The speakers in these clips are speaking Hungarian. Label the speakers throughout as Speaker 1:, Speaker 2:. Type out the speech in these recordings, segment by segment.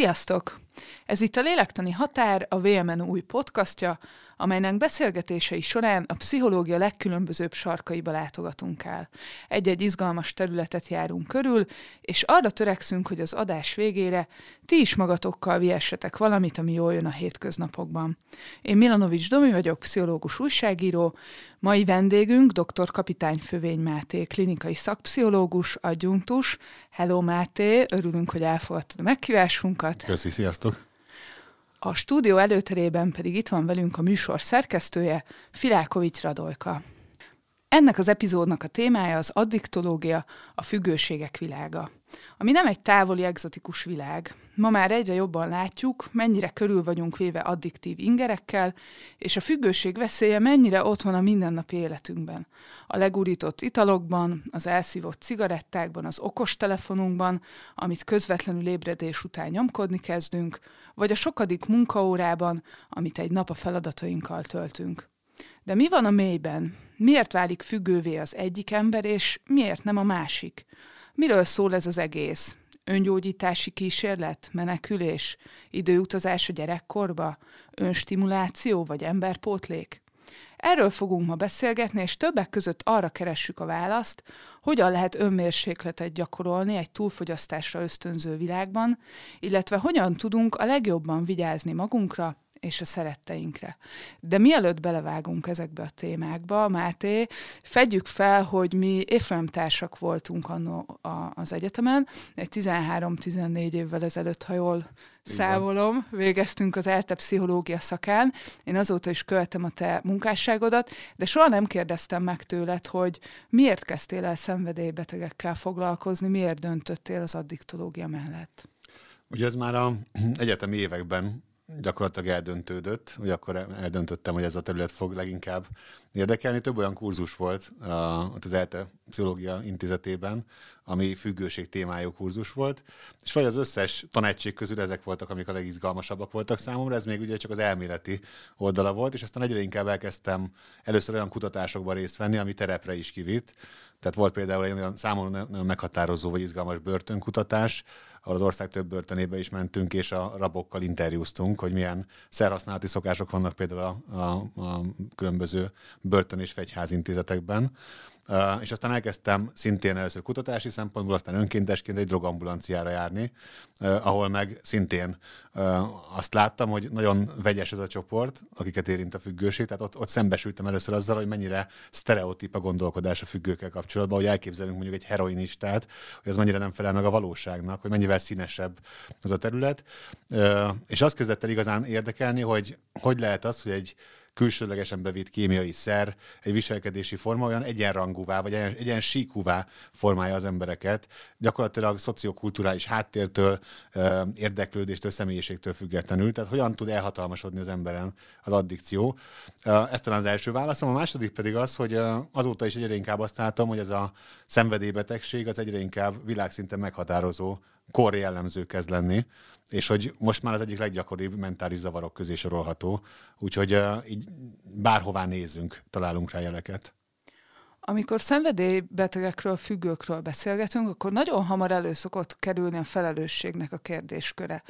Speaker 1: Sziasztok! Ez itt a Lélektani Határ, a VMN új podcastja, amelynek beszélgetései során a pszichológia legkülönbözőbb sarkaiba látogatunk el. Egy-egy izgalmas területet járunk körül, és arra törekszünk, hogy az adás végére ti is magatokkal vihessetek valamit, ami jól jön a hétköznapokban. Én Milanovics Domi vagyok, pszichológus újságíró, mai vendégünk dr. Kapitány Fővény Máté, klinikai szakpszichológus, adjunktus. Hello Máté, örülünk, hogy elfogadtad a meghívásunkat.
Speaker 2: Köszi, sziasztok!
Speaker 1: A stúdió előterében pedig itt van velünk a műsor szerkesztője, Filákovics Radojka. Ennek az epizódnak a témája az addiktológia, a függőségek világa, ami nem egy távoli egzotikus világ. Ma már egyre jobban látjuk, mennyire körül vagyunk véve addiktív ingerekkel, és a függőség veszélye mennyire ott van a mindennapi életünkben. A legurított italokban, az elszívott cigarettákban, az okostelefonunkban, amit közvetlenül ébredés után nyomkodni kezdünk, vagy a sokadik munkaórában, amit egy nap a feladatainkkal töltünk. De mi van a mélyben? Miért válik függővé az egyik ember, és miért nem a másik? Miről szól ez az egész? Öngyógyítási kísérlet, menekülés, időutazás a gyerekkorba, önstimuláció vagy emberpótlék? Erről fogunk ma beszélgetni, és többek között arra keressük a választ, hogyan lehet önmérsékletet gyakorolni egy túlfogyasztásra ösztönző világban, illetve hogyan tudunk a legjobban vigyázni magunkra és a szeretteinkre. De mielőtt belevágunk ezekbe a témákba, Máté, fedjük fel, hogy mi évfolyamtársak voltunk annó az egyetemen, egy 13-14 évvel ezelőtt, ha jól számolom, végeztünk az ELTE pszichológia szakán. Én azóta is követem a te munkásságodat, de soha nem kérdeztem meg tőled, hogy miért kezdtél el szenvedélybetegekkel foglalkozni, miért döntöttél az addiktológia mellett?
Speaker 2: Ugye ez már az egyetemi években gyakorlatilag eldöntődött, hogy akkor eldöntöttem, hogy ez a terület fog leginkább érdekelni. Több olyan kurzus volt az ELTE Pszichológia Intézetében, ami függőség témájú kurzus volt, és vagy az összes tanácsség közül ezek voltak, amik a legizgalmasabbak voltak számomra, ez még ugye csak az elméleti oldala volt, és aztán egyre inkább elkezdtem először olyan kutatásokban részt venni, ami terepre is kivitt. Tehát volt például egy olyan számomra nagyon meghatározó vagy izgalmas börtönkutatás, ahol az ország több börtönébe is mentünk, és a rabokkal interjúztunk, hogy milyen szerhasználati szokások vannak például a különböző börtön- és fegyházintézetekben. És aztán elkezdtem szintén először kutatási szempontból, aztán önkéntesként egy drogambulanciára járni, ahol meg szintén azt láttam, hogy nagyon vegyes ez a csoport, akiket érint a függőség, tehát ott szembesültem először azzal, hogy mennyire sztereotíp a gondolkodás a függőkkel kapcsolatban, hogy elképzelünk mondjuk egy heroinistát, hogy az mennyire nem felel meg a valóságnak, hogy mennyivel színesebb az a terület. És azt kezdett el igazán érdekelni, hogy lehet az, hogy egy külsőlegesen bevitt kémiai szer, egy viselkedési forma olyan egyenrangúvá, vagy egyensíkúvá formálja az embereket, gyakorlatilag szociokulturális háttértől, érdeklődéstől, személyiségtől függetlenül. Tehát hogyan tud elhatalmasodni az emberen az addikció? Ez talán az első válaszom. A második pedig az, hogy azóta is egyre inkább azt látom, hogy ez a szenvedélybetegség az egyre inkább világszinten meghatározó kor jellemző kezd lenni, és hogy most már az egyik leggyakoribb mentális zavarok közé sorolható, úgyhogy így bárhová nézzünk, találunk rá jeleket.
Speaker 1: Amikor szenvedélybetegekről, függőkről beszélgetünk, akkor nagyon hamar elő szokott kerülni a felelősségnek a kérdésköre.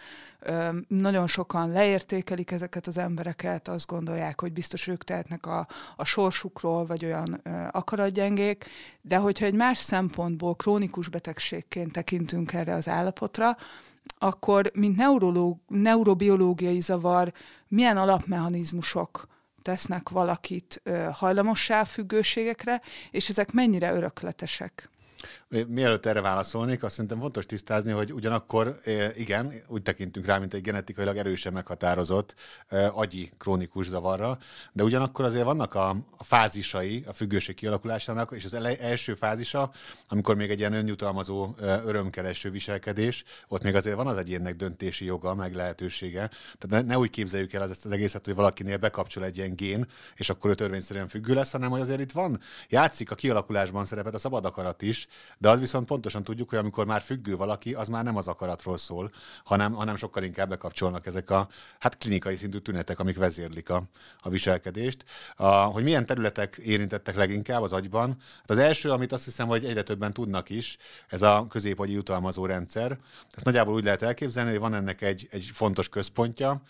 Speaker 1: Nagyon sokan leértékelik ezeket az embereket, azt gondolják, hogy biztos ők tehetnek a sorsukról, vagy olyan akaratgyengék, de hogyha egy más szempontból krónikus betegségként tekintünk erre az állapotra, akkor, mint neurobiológiai zavar, milyen alapmechanizmusok tesznek valakit hajlamossá a függőségekre, és ezek mennyire örökletesek?
Speaker 2: Mielőtt erre válaszolnék, azt szerintem fontos tisztázni, hogy ugyanakkor igen, úgy tekintünk rá, mint egy genetikailag erősen meghatározott agyi krónikus zavarra, de ugyanakkor azért vannak a fázisai a függőség kialakulásának, és az első fázisa, amikor még egy ilyen önjutalmazó, örömkereső viselkedés, ott még azért van az egyénnek döntési joga, meg lehetősége. Tehát ne úgy képzeljük el ezt az egészet, hogy valakinél bekapcsol egy ilyen gén, és akkor ő törvényszerűen függő lesz, hanem hogy azért itt játszik a kialakulásban szerepet a szabad akarat is, de az viszont pontosan tudjuk, hogy amikor már függő valaki, az már nem az akaratról szól, hanem sokkal inkább bekapcsolnak ezek a klinikai szintű tünetek, amik vezérlik a viselkedést. Hogy milyen területek érintettek leginkább az agyban? Hát az első, amit azt hiszem, hogy egyre többen tudnak is, ez a középagyi jutalmazó rendszer. Ezt nagyjából úgy lehet elképzelni, hogy van ennek egy fontos központja,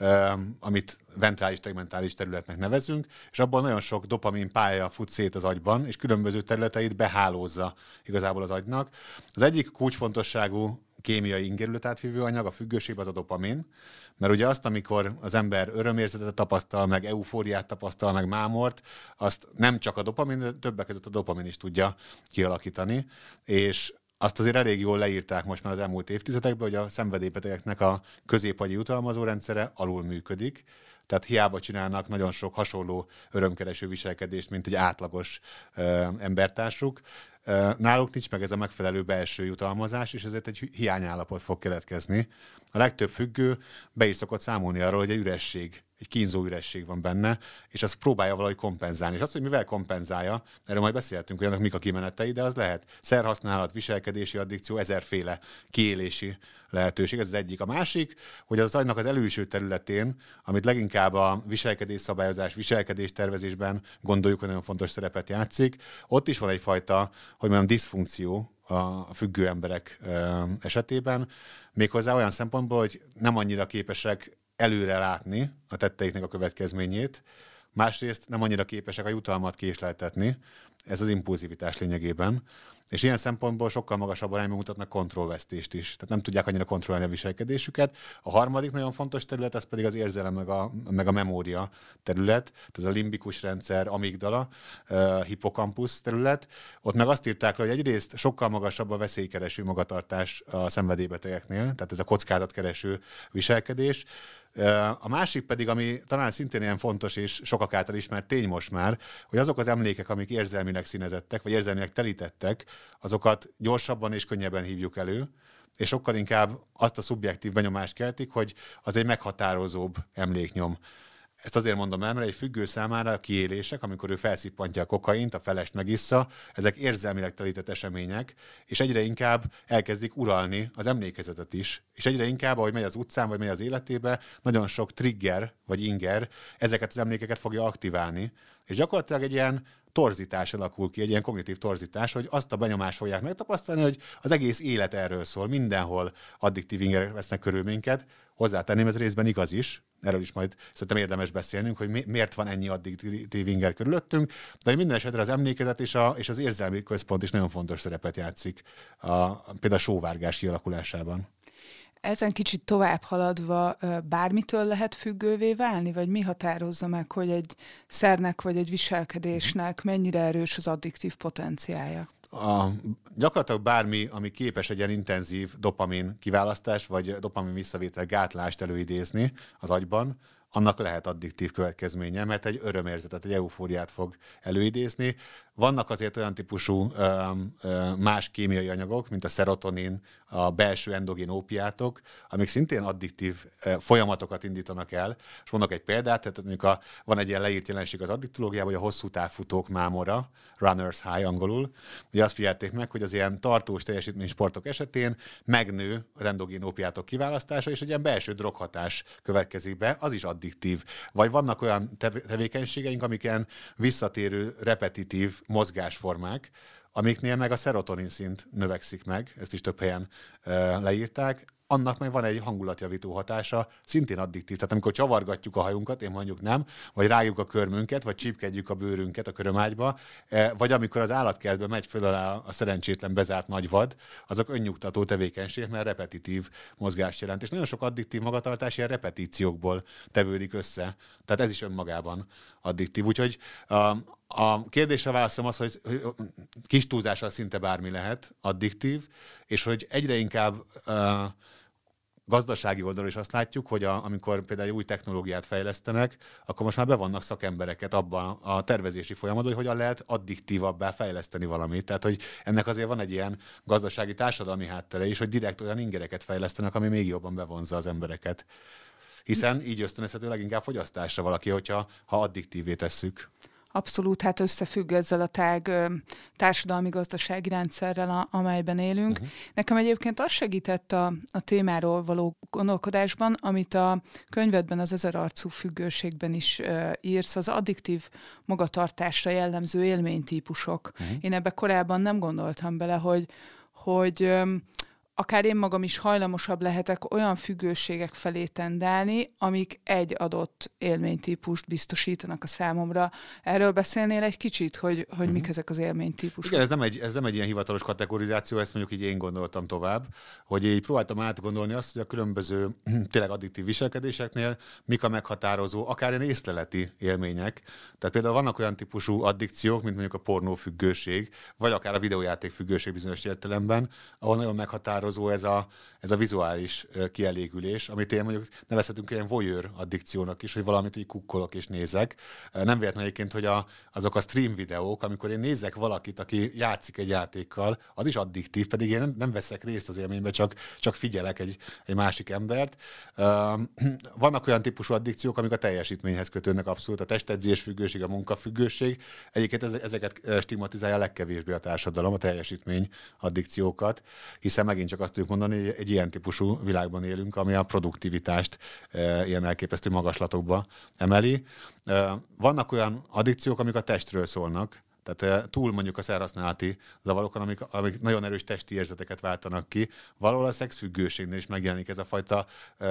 Speaker 2: amit ventrális tegmentális területnek nevezünk, és abban nagyon sok dopamin pálya fut szét az agyban, és különböző területeit behálózza igazából az agynak. Az egyik kulcsfontosságú kémiai ingerületátvívő anyag a függőség az a dopamin, mert ugye azt, amikor az ember örömérzetet tapasztal, meg eufóriát tapasztal, meg mámort, azt nem csak a dopamin, de többek között a dopamin is tudja kialakítani, és azt azért elég jól leírták most már az elmúlt évtizedekben, hogy a szenvedélybetegeknek a középagyi jutalmazó rendszere alul működik, tehát hiába csinálnak nagyon sok hasonló örömkereső viselkedést, mint egy átlagos embertársuk. Náluk nincs meg ez a megfelelő belső jutalmazás, és ezért egy hiányállapot fog keletkezni. A legtöbb függő be is szokott számolni arról, hogy egy üresség, egy kínzó üresség van benne, és azt próbálja valahogy kompenzálni. És azt, hogy mivel kompenzálja, erről majd beszéltünk, hogy annak mik a kimenetei, de az lehet szerhasználat, viselkedési addikció, ezerféle kiélési lehetőség, ez az egyik. A másik, hogy az agynak az előső területén, amit leginkább a viselkedésszabályozás, viselkedéstervezésben gondoljuk, hogy nagyon fontos szerepet játszik, ott is van egyfajta, hogy mondjam, diszfunkció a függő emberek esetében, méghozzá olyan szempontból, hogy nem annyira képesek előre látni a tetteiknek a következményét, másrészt nem annyira képesek a jutalmat késleltetni, ez az impulzivitás lényegében, és ilyen szempontból sokkal magasabb arányban mutatnak kontrollvesztést is, tehát nem tudják annyira kontrollálni a viselkedésüket. A harmadik nagyon fontos terület, az pedig az érzelem meg a memória terület, tehát ez a limbikus rendszer, amigdala, hippocampus terület. Ott meg azt írták le, hogy egyrészt sokkal magasabb a veszélykereső magatartás a szenvedélybetegeknél, tehát ez a kockázatkereső viselkedés. A másik pedig, ami talán szintén ilyen fontos és sokak által ismert tény most már, hogy azok az emlékek, amik érzelmileg színezettek, vagy érzelmileg telítettek, azokat gyorsabban és könnyebben hívjuk elő, és sokkal inkább azt a szubjektív benyomást keltik, hogy az egy meghatározóbb emléknyom. Ezt azért mondom el, mert egy függő számára a kiélések, amikor ő felszippantja a kokaint, a felest megissza, ezek érzelmileg telített események, és egyre inkább elkezdik uralni az emlékezetet is. És egyre inkább, ahogy megy az utcán, vagy megy az életébe, nagyon sok trigger, vagy inger ezeket az emlékeket fogja aktiválni. És gyakorlatilag egy ilyen torzítás alakul ki, egy ilyen kognitív torzítás, hogy azt a benyomást fogják megtapasztalni, hogy az egész élet erről szól, mindenhol addiktív ingerek vesznek körül minket. Hozzátenném, ez részben igaz is, erről is majd szerintem érdemes beszélnünk, hogy miért van ennyi addiktív inger körülöttünk, de hogy minden esetre az emlékezet és az érzelmi központ is nagyon fontos szerepet játszik például a sóvárgás kialakulásában.
Speaker 1: Ezen kicsit tovább haladva bármitől lehet függővé válni, vagy mi határozza meg, hogy egy szernek vagy egy viselkedésnek mennyire erős az addiktív potenciálja?
Speaker 2: Gyakorlatilag bármi, ami képes egy ilyen intenzív dopamin kiválasztás, vagy dopamin visszavétel gátlást előidézni az agyban, annak lehet addiktív következménye, mert egy örömérzetet, egy eufóriát fog előidézni. Vannak azért olyan típusú más kémiai anyagok, mint a szerotonin, a belső endogén ópiátok, amik szintén addiktív folyamatokat indítanak el. És mondok egy példát, tehát mondjuk van egy ilyen leírt jelenség az addiktológiában, hogy a hosszú távfutók mámora, runners high angolul. Ugye azt figyelték meg, hogy az ilyen tartós teljesítménysportok esetén megnő az endogén ópiátok kiválasztása, és egy ilyen belső droghatás következik be, az is addiktív. Vagy vannak olyan tevékenységeink, amiken visszatérő, repetitív mozgásformák, amiknél meg a szerotonin szint növekszik meg, ezt is több helyen leírták, annak meg van egy hangulatjavító hatása, szintén addiktív. Tehát amikor csavargatjuk a hajunkat, én mondjuk nem, vagy rágjuk a körmünket, vagy csípkedjük a bőrünket a körömágyba, vagy amikor az állatkertbe megy föl a szerencsétlen bezárt nagy vad, azok önnyugtató tevékenységek, mert repetitív mozgást jelent. És nagyon sok addiktív magatartás ilyen repetíciókból tevődik össze. Tehát ez is önmagában addiktív. Úgyhogy a kérdésre válaszom az, hogy kis túlzással szinte bármi lehet addiktív, és hogy egyre inkább gazdasági oldalról is azt látjuk, hogy amikor például új technológiát fejlesztenek, akkor most már bevonnak szakembereket abban a tervezési folyamatban, hogy hogyan lehet addiktívabbá fejleszteni valamit. Tehát, hogy ennek azért van egy ilyen gazdasági társadalmi háttere is, hogy direkt olyan ingereket fejlesztenek, ami még jobban bevonzza az embereket. Hiszen így ösztönözhető leginkább fogyasztásra valaki, ha addiktívé tesszük.
Speaker 1: Abszolút, hát összefügg ezzel a tág társadalmi-gazdasági rendszerrel, amelyben élünk. Nekem egyébként az segített a témáról való gondolkodásban, amit a könyvedben, az 1000 arcú függőségben is írsz, az addiktív magatartásra jellemző élménytípusok. Én ebbe korábban nem gondoltam bele, hogy akár én magam is hajlamosabb lehetek olyan függőségek felé tendálni, amik egy adott élménytípust biztosítanak a számomra. Erről beszélnél egy kicsit, hogy mik ezek az élménytípusok?
Speaker 2: Igen, ez nem egy ilyen hivatalos kategorizáció, ezt mondjuk így én gondoltam tovább, hogy így próbáltam átgondolni azt, hogy a különböző tényleg addiktív viselkedéseknél mik a meghatározó, akár ilyen észleleti élmények. Tehát például vannak olyan típusú addikciók, mint mondjuk a pornófüggőség, vagy akár a videójátékfüggőség bizonyos értelemben, ahol nagyon meghatározó ez a vizuális kielégülés, amit én mondjuk nevezhetünk ilyen voyeur addikciónak is, hogy valamit így kukkolok és nézek. Nem véletlen egyébként, hogy azok a stream videók, amikor én nézek valakit, aki játszik egy játékkal, az is addiktív, pedig én nem veszek részt az élményben, csak figyelek egy másik embert. Vannak olyan típusú addikciók, amik a teljesítményhez kötődnek abszolút, a testedzés függőség, a munkafüggőség. Egyébként ezeket stigmatizálja a legkevésbé a társadalom, a teljesítmény addikciókat, hiszen megint csak azt tudjuk mondani, hogy egy ilyen típusú világban élünk, ami a produktivitást ilyen elképesztő magaslatokba emeli. Vannak olyan addikciók, amik a testről szólnak, tehát túl mondjuk a szerhasználati zavarokon, amik nagyon erős testi érzeteket váltanak ki. Valahol a szexfüggőségnél is megjelenik ez a fajta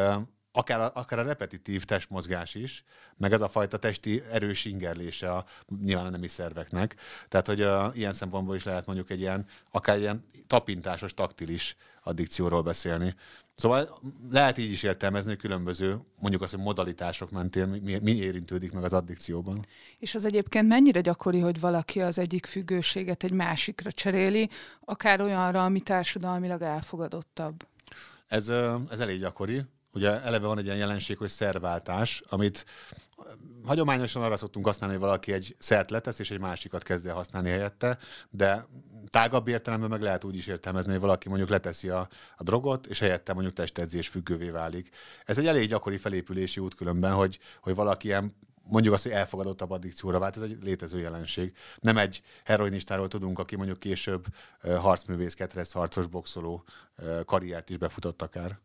Speaker 2: akár a repetitív testmozgás is, meg ez a fajta testi erős ingerlése nyilván a nemi szerveknek. Tehát, hogy ilyen szempontból is lehet mondjuk akár ilyen tapintásos, taktilis addikcióról beszélni. Szóval lehet így is értelmezni, hogy különböző, mondjuk azt, hogy modalitások mentén mi érintődik meg az addikcióban.
Speaker 1: És az egyébként mennyire gyakori, hogy valaki az egyik függőséget egy másikra cseréli, akár olyanra, ami társadalmilag elfogadottabb?
Speaker 2: Ez elég gyakori. Ugye eleve van egy ilyen jelenség, hogy szerváltás, amit hagyományosan arra szoktunk használni, hogy valaki egy szert letesz, és egy másikat kezd el használni helyette, de tágabb értelemben meg lehet úgy is értelmezni, hogy valaki mondjuk leteszi a drogot, és helyette mondjuk testedzés függővé válik. Ez egy elég gyakori felépülési út különben, hogy valaki ilyen, mondjuk azt, hogy elfogadottabb addikcióra vált, ez egy létező jelenség. Nem egy heroinistáról tudunk, aki mondjuk később harcművész, ketrezharcos, boxoló karriert is befutott akár.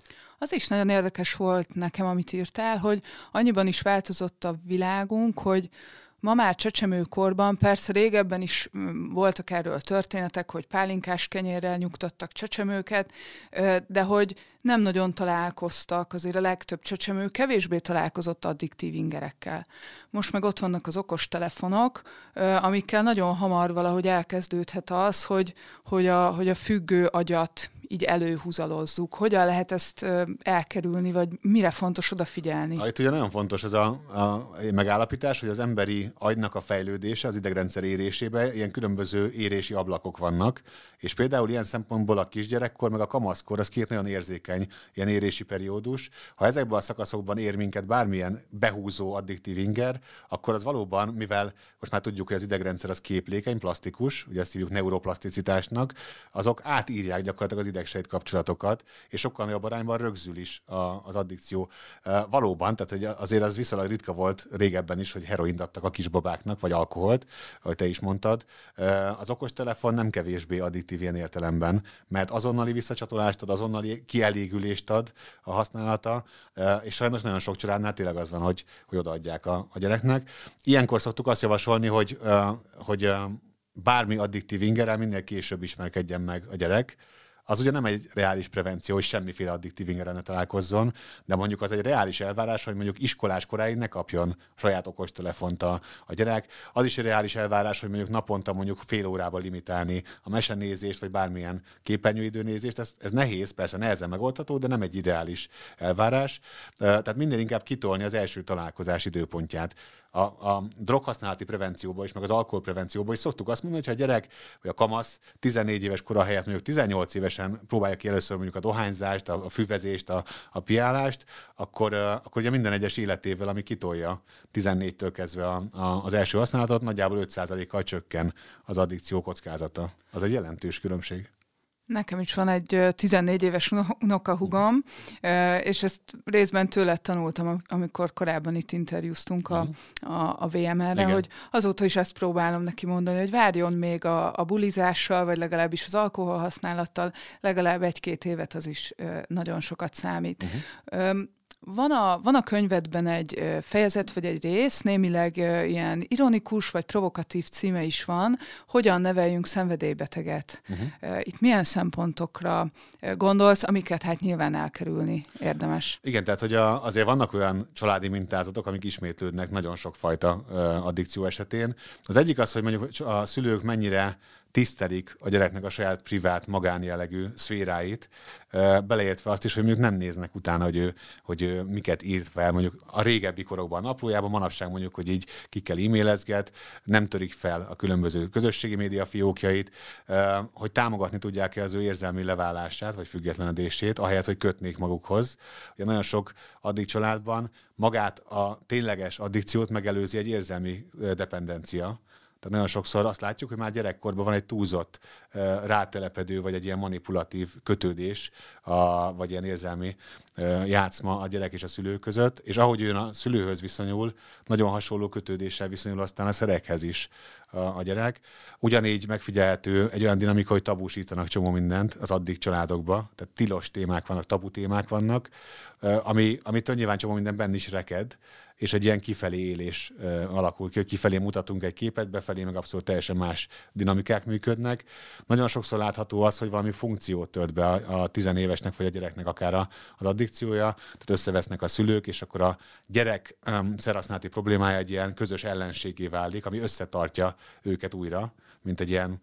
Speaker 1: Az is nagyon érdekes volt nekem, amit írtál, hogy annyiban is változott a világunk, hogy ma már csecsemőkorban, persze régebben is voltak erről történetek, hogy pálinkás kenyérrel nyugtattak csecsemőket, de hogy nem nagyon találkoztak, azért a legtöbb csecsemő kevésbé találkozott addiktív ingerekkel. Most meg ott vannak az okostelefonok, amikkel nagyon hamar valahogy elkezdődhet az, hogy a függő agyat így előhúzalozzuk. Hogyan lehet ezt elkerülni, vagy mire fontos odafigyelni?
Speaker 2: Itt ugye nagyon fontos ez a megállapítás, hogy az emberi agynak a fejlődése, az idegrendszer érésében ilyen különböző érési ablakok vannak, és például ilyen szempontból a kisgyerekkor, meg a kamaszkor, az két nagyon érzékeny ilyen érési periódus. Ha ezekben a szakaszokban ér minket bármilyen behúzó addiktív inger, akkor az valóban, mivel most már tudjuk, hogy az idegrendszer az képlékeny, plastikus, ugye ezt hívjuk neuroplaszticitásnak, azok átírják gyakorlatilag az idegsejt kapcsolatokat, és sokkal nagyobb arányban rögzül is az addikció. Valóban, tehát hogy azért az viszonylag ritka volt régebben is, hogy heroint adtak a kisbabáknak, vagy alkoholt, ahogy te is mondtad. Az okostelefon nem kevésbé addiktív ilyen értelemben, mert azonnali visszacsatolást ad, azonnali kielégülést ad a használata, és sajnos nagyon sok családnál tényleg az van, hogy odaadják a gyereknek. Ilyenkor szoktuk azt javasolni, hogy bármi addiktív ingerrel minél később ismerkedjen meg a gyerek. Az ugye nem egy reális prevenció, hogy semmiféle addiktív ingerrel ne találkozzon, de mondjuk az egy reális elvárás, hogy mondjuk iskolás koráig ne kapjon saját okostelefont a gyerek. Az is egy reális elvárás, hogy mondjuk naponta mondjuk fél órába limitálni a mesenézést, vagy bármilyen képernyőidőnézést. Ez nehéz, persze nehezen megoldható, de nem egy ideális elvárás. Tehát minden inkább kitolni az első találkozás időpontját. A droghasználati prevencióban is, meg az alkoholprevencióban is szoktuk azt mondani, hogy ha a gyerek vagy a kamasz 14 éves kora helyett mondjuk 18 évesen próbálja ki először mondjuk a dohányzást, a füvezést, a piálást, akkor ugye minden egyes életével, ami kitolja 14-től kezdve az első használatot, nagyjából 5%-kal csökken az addikció kockázata. Az egy jelentős különbség.
Speaker 1: Nekem is van egy 14 éves unokahúgom, és ezt részben tőle tanultam, amikor korábban itt interjúztunk a VMR-re, hogy azóta is ezt próbálom neki mondani, hogy várjon még a bulizással, vagy legalábbis az alkoholhasználattal, legalább 1-2 évet, az is nagyon sokat számít. Van a könyvedben egy fejezet, vagy egy rész, némileg ilyen ironikus, vagy provokatív címe is van, hogyan neveljünk szenvedélybeteget. Itt milyen szempontokra gondolsz, amiket hát nyilván elkerülni érdemes?
Speaker 2: Igen, tehát hogy azért vannak olyan családi mintázatok, amik ismétlődnek nagyon sokfajta addikció esetén. Az egyik az, hogy mondjuk a szülők mennyire tisztelik a gyereknek a saját privát, magánjellegű szféráit, beleértve azt is, hogy mondjuk nem néznek utána, hogy ő miket írt fel, mondjuk a régebbi korokban a naplójában, manapság mondjuk, hogy így kikkel e-mailezget, nem törik fel a különböző közösségi média fiókjait, hogy támogatni tudják az ő érzelmi leválását, vagy függetlenedését, ahelyett, hogy kötnék magukhoz. Ugye nagyon sok addikt családban magát a tényleges addikciót megelőzi egy érzelmi dependencia. Tehát nagyon sokszor azt látjuk, hogy már gyerekkorban van egy túlzott rátelepedő, vagy egy ilyen manipulatív kötődés, vagy ilyen érzelmi játszma a gyerek és a szülő között, és ahogy ő a szülőhöz viszonyul, nagyon hasonló kötődéssel viszonyul aztán a szerekhez is a gyerek. Ugyanígy megfigyelhető egy olyan dinamika, hogy tabusítanak csomó mindent az addikt családokba, tehát tilos témák vannak, tabu témák vannak, amitől nyilván csomó minden benne is reked, és egy ilyen kifelé élés alakul ki, hogy kifelé mutatunk egy képet, befelé meg abszolút teljesen más dinamikák működnek. Nagyon sokszor látható az, hogy valami funkciót tölt be a tizenévesnek vagy a gyereknek akár az addikciója, tehát összevesznek a szülők, és akkor a gyerek szerhasználati problémája egy ilyen közös ellenségé válik, ami összetartja őket újra, mint egy ilyen,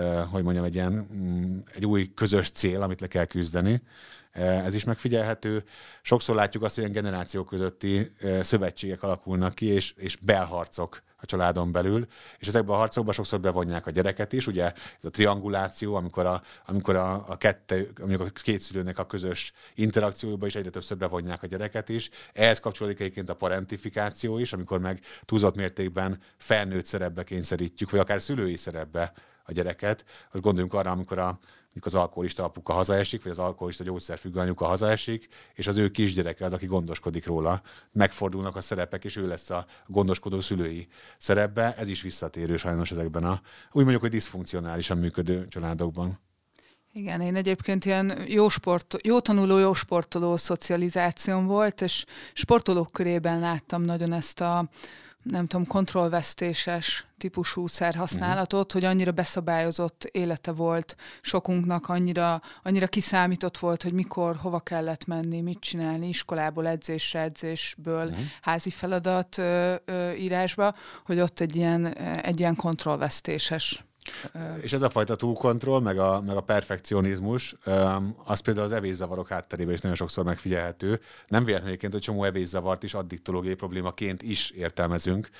Speaker 2: egy új közös cél, amit le kell küzdeni. Ez is megfigyelhető. Sokszor látjuk azt, hogy ilyen generációk közötti szövetségek alakulnak ki, és belharcok a családon belül, és ezekben a harcokban sokszor bevonják a gyereket is, ugye ez a trianguláció, amikor a két szülőnek a közös interakcióba is egyre többször bevonják a gyereket is. Ehhez kapcsolódik egyébként a parentifikáció is, amikor meg túlzott mértékben felnőtt szerepbe kényszerítjük, vagy akár szülői szerepbe a gyereket. Most gondoljunk arra, amikor az alkoholista apuka hazaesik, vagy az alkoholista gyógyszerfüggő anyuka hazaesik, és az ő kisgyereke az, aki gondoskodik róla. Megfordulnak a szerepek, és ő lesz a gondoskodó szülői szerepbe. Ez is visszatérő sajnos ezekben úgy mondjuk, hogy diszfunkcionálisan működő családokban.
Speaker 1: Igen, én egyébként ilyen jó tanuló, jó sportoló szocializációm volt, és sportolók körében láttam nagyon ezt a kontrollvesztéses típusú szerhasználatot, hogy annyira beszabályozott élete volt sokunknak, annyira kiszámított volt, hogy mikor, hova kellett menni, mit csinálni, iskolából edzésből házi feladat írásba, hogy ott egy ilyen kontrollvesztéses.
Speaker 2: És ez a fajta túlkontroll, meg a perfekcionizmus, az például az evészavarok hátterében is nagyon sokszor megfigyelhető. Nem véletlenül, hogy csomó evészavart is addiktológiai problémaként is értelmezünk.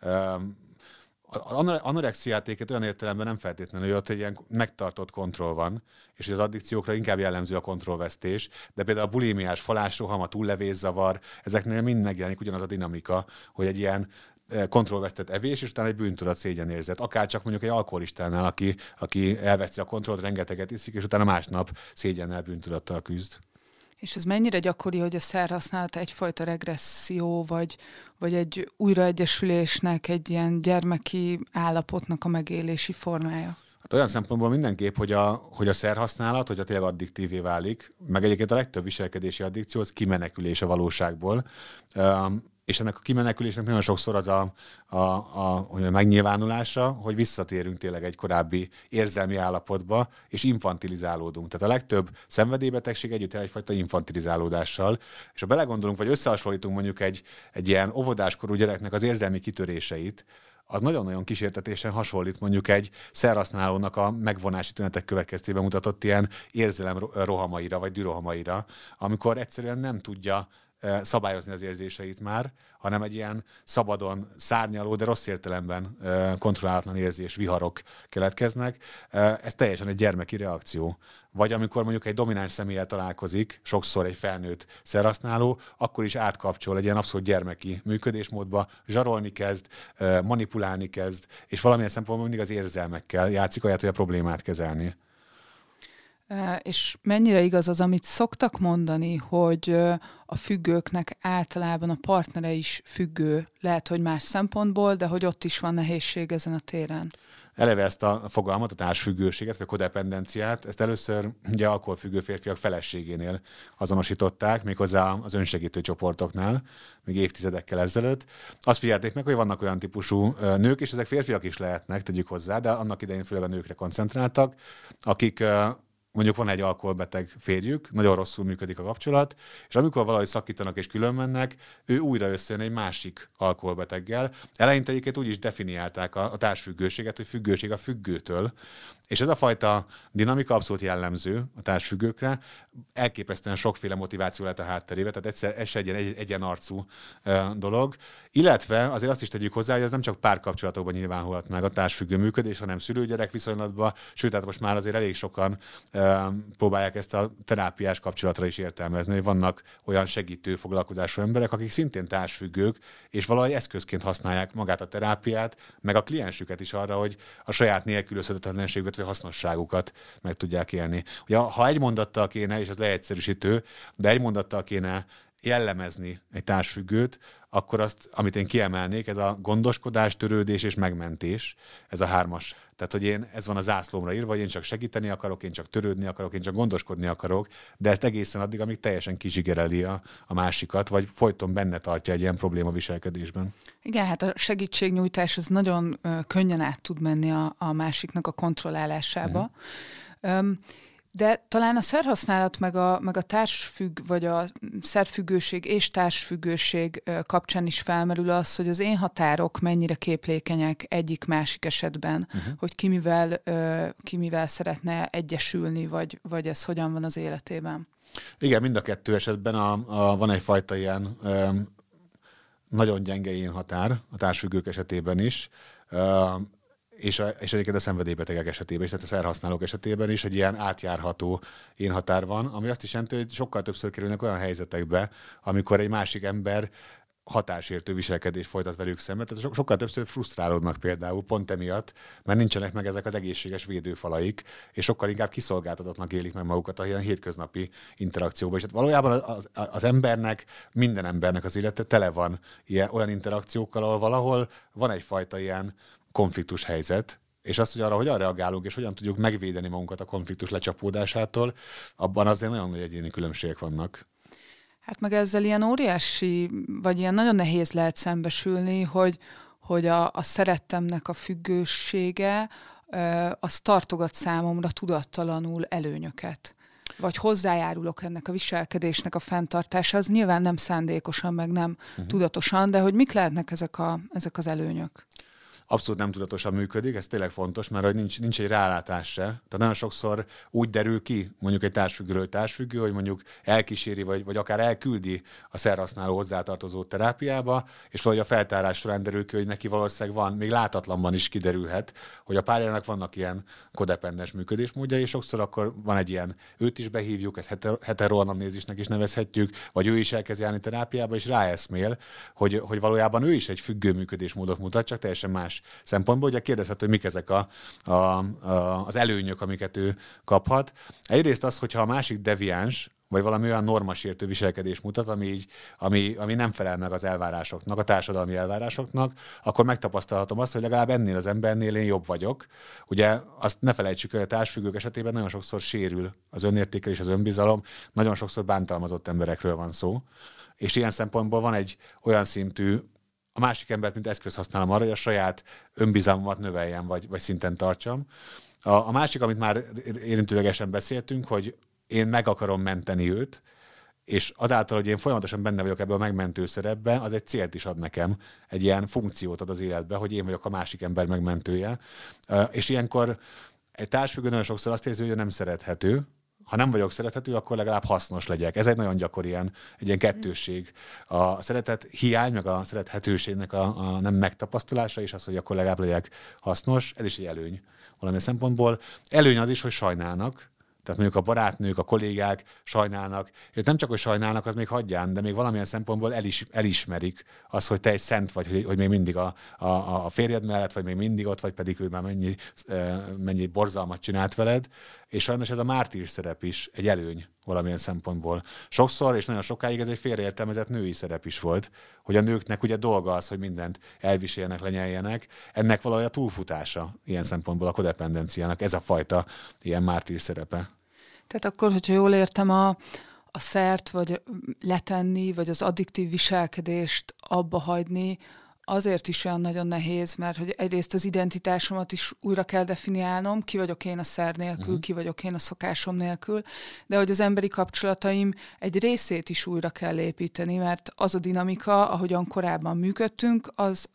Speaker 2: Anorexiát olyan értelemben nem feltétlenül, hogy ott egy ilyen megtartott kontroll van, és az addikciókra inkább jellemző a kontrollvesztés, de például a bulimiás falásroham, a túllevészavar, ezeknél mind megjelenik ugyanaz a dinamika, hogy egy ilyen kontrollvesztett evés, és utána egy bűntudat, szégyenérzet. Akár csak mondjuk egy alkoholistánál, aki elveszti a kontrollt, rengeteget iszik, és utána másnap szégyennel, bűntudattal küzd.
Speaker 1: És ez mennyire gyakori, hogy a szerhasználat egyfajta regresszió, vagy egy újraegyesülésnek, egy ilyen gyermeki állapotnak a megélési formája?
Speaker 2: Hát olyan szempontból mindenképp, hogy a szerhasználat, hogyha tényleg addiktívé válik, meg egyébként a legtöbb viselkedési addikció az kimenekülés a valóságból. És ennek a kimenekülésnek nagyon sokszor az a megnyilvánulása, hogy visszatérünk tényleg egy korábbi érzelmi állapotba, és infantilizálódunk. Tehát a legtöbb szenvedélybetegség együtt egyfajta infantilizálódással, és ha belegondolunk, vagy összehasonlítunk mondjuk egy ilyen óvodáskorú gyereknek az érzelmi kitöréseit, az nagyon-nagyon kísértetésen hasonlít mondjuk egy szerhasználónak a megvonási tünetek következtében mutatott ilyen érzelem rohamaira, vagy dürohamaira, amikor egyszerűen nem tudja szabályozni az érzéseit már, hanem egy ilyen szabadon szárnyaló, de rossz értelemben kontrollálatlan érzés, viharok keletkeznek. Ez teljesen egy gyermeki reakció. Vagy amikor mondjuk egy domináns személlyel találkozik, sokszor egy felnőtt szerhasználó, akkor is átkapcsol egy ilyen abszolút gyermeki működésmódba, zsarolni kezd, manipulálni kezd, és valamilyen szempontból mindig az érzelmekkel játszik, ahelyett, hogy a problémát kezelni.
Speaker 1: És mennyire igaz az, amit szoktak mondani, hogy a függőknek általában a partnere is függő, lehet, hogy más szempontból, de hogy ott is van nehézség ezen a téren?
Speaker 2: Eleve ezt a fogalmat, a társfüggőséget, vagy a kodependenciát, ezt először ugye alkoholfüggő férfiak feleségénél azonosították, méghozzá az önsegítő csoportoknál, még évtizedekkel ezelőtt. Azt figyelték meg, hogy vannak olyan típusú nők, és ezek férfiak is lehetnek, tegyük hozzá, de annak idején főleg a nőkre koncentráltak, akik mondjuk van egy alkoholbeteg férjük, nagyon rosszul működik a kapcsolat, és amikor valahogy szakítanak és külön mennek, ő újra összejön egy másik alkoholbeteggel. Eleinte egyébként úgy is definiálták a társfüggőséget, hogy függőség a függőtől, és ez a fajta dinamika abszolút jellemző a társfüggőkre, elképesztően sokféle motiváció lehet a hátterébe, tehát ez se egy egyenarcú dolog. Illetve azért azt is tegyük hozzá, hogy ez nem csak párkapcsolatokban nyilvánulhat meg a társfüggő működés, hanem szülő-gyerek viszonylatban, sőt, tehát most már azért elég sokan próbálják ezt a terápiás kapcsolatra is értelmezni, hogy vannak olyan segítő foglalkozású emberek, akik szintén társfüggők, és valahogy eszközként használják magát a terápiát, meg a kliensüket is arra, hogy a saját nélkülözhetetlenségüket vagy hasznosságukat meg tudják élni. Ugye, ha egy mondattal kéne, és ez leegyszerűsítő, de egy mondattal kéne jellemezni egy társfüggőt, akkor azt, amit én kiemelnék, ez a gondoskodás, törődés és megmentés, ez a 3-as. Tehát, hogy ez van a zászlómra írva, hogy én csak segíteni akarok, én csak törődni akarok, én csak gondoskodni akarok, de ezt egészen addig, amíg teljesen kizsigereli a másikat, vagy folyton benne tartja egy ilyen probléma viselkedésben. Igen,
Speaker 1: hát a segítségnyújtás az nagyon könnyen át tud menni a másiknak a kontrollálásába. De talán a szerhasználat meg a vagy a szerfüggőség és társfüggőség kapcsán is felmerül az, hogy az én határok mennyire képlékenyek egyik-másik esetben, hogy ki mivel szeretne egyesülni, vagy ez hogyan van az életében.
Speaker 2: Igen, mind a kettő esetben van egyfajta ilyen nagyon gyenge én határ a társfüggők esetében is, és egyébként a szenvedélybetegek esetében is, tehát a szerhasználók esetében is egy ilyen átjárható énhatár van, ami azt is jelenti, hogy sokkal többször kerülnek olyan helyzetekbe, amikor egy másik ember hatásértő viselkedést folytat velük szemben. Tehát sokkal többször frusztrálódnak például pont emiatt, mert nincsenek meg ezek az egészséges védőfalaik, és sokkal inkább kiszolgáltatottnak élik meg magukat a ilyen hétköznapi interakcióban. És hát valójában az embernek, minden embernek az élete tele van olyan interakciókkal, ahol valahol van egyfajta ilyen konfliktus helyzet, és azt, hogy arra hogyan reagálunk, és hogyan tudjuk megvédeni magunkat a konfliktus lecsapódásától, abban azért nagyon nagy egyéni különbségek vannak.
Speaker 1: Hát meg ezzel ilyen óriási, vagy ilyen nagyon nehéz lehet szembesülni, hogy a szerettemnek a függősége az tartogat számomra tudattalanul előnyöket. Vagy hozzájárulok ennek a viselkedésnek a fenntartása, az nyilván nem szándékosan, meg nem tudatosan, de hogy mik lehetnek ezek az előnyök?
Speaker 2: Abszolút nem tudatosan működik, ez tényleg fontos, mert hogy nincs egy rálátás se. Tehát nagyon sokszor úgy derül ki, mondjuk egy társfüggő, hogy mondjuk elkíséri, vagy akár elküldi a szerhasználó hozzátartozó terápiába, és valahogy a feltárás során derül ki, hogy neki valószínűleg van, még látatlanban is kiderülhet, hogy a párjának vannak ilyen kodependens működésmódjai, és sokszor akkor van egy ilyen, őt is behívjuk, ezt heteroanamnézisnek is nevezhetjük, vagy ő is elkezd járni terápiába, és ráeszmél, hogy valójában ő is egy függő működésmódot mutat, csak teljesen más szempontból. Ugye kérdezhető, hogy mik ezek az előnyök, amiket ő kaphat. Egyrészt az, hogyha a másik deviáns, vagy valami olyan normasértő viselkedés mutat, ami nem felel meg az elvárásoknak, a társadalmi elvárásoknak, akkor megtapasztalhatom azt, hogy legalább ennél az embernél én jobb vagyok. Ugye azt ne felejtsük el, hogy a társfüggők esetében nagyon sokszor sérül az önértékelés, az önbizalom, nagyon sokszor bántalmazott emberekről van szó. És ilyen szempontból van egy olyan szintű, a másik embert, mint eszköz használom arra, hogy a saját önbizalmamat növeljem, vagy szinten tartsam. A másik, amit már érintőlegesen beszéltünk, hogy én meg akarom menteni őt, és azáltal, hogy én folyamatosan benne vagyok ebben a megmentő szerepben, az egy célt is ad nekem, egy ilyen funkciót ad az életbe, hogy én vagyok a másik ember megmentője. És ilyenkor egy társfüggő nagyon sokszor azt érzi, hogy nem szerethető. Ha nem vagyok szerethető, akkor legalább hasznos legyek. Ez egy nagyon gyakori egy ilyen kettősség. A szeretet hiány, meg a szerethetőségnek a nem megtapasztalása, és az, hogy akkor legalább legyek hasznos, ez is egy előny valamilyen szempontból. Előny az is, hogy sajnálnak. Tehát mondjuk a barátnők, a kollégák sajnálnak, és nem csak, hogy sajnálnak, az még hagyján, de még valamilyen szempontból elismerik azt, hogy te egy szent vagy, hogy még mindig a férjed mellett, vagy még mindig ott vagy, pedig ő már mennyi borzalmat csinált veled, és sajnos ez a mártír szerep is egy előny valamilyen szempontból. Sokszor, és nagyon sokáig ez egy félreértelmezett női szerep is volt, hogy a nőknek ugye dolga az, hogy mindent elviseljenek, lenyeljenek. Ennek valahogy a túlfutása ilyen szempontból a kodependenciának, ez a fajta ilyen mártír szerepe.
Speaker 1: Tehát akkor, hogyha jól értem, a szert, vagy letenni, vagy az addiktív viselkedést abba hagyni, azért is olyan nagyon nehéz, mert hogy egyrészt az identitásomat is újra kell definiálnom, ki vagyok én a szer nélkül, ki vagyok én a szokásom nélkül, de hogy az emberi kapcsolataim egy részét is újra kell építeni, mert az a dinamika, ahogyan korábban működtünk, az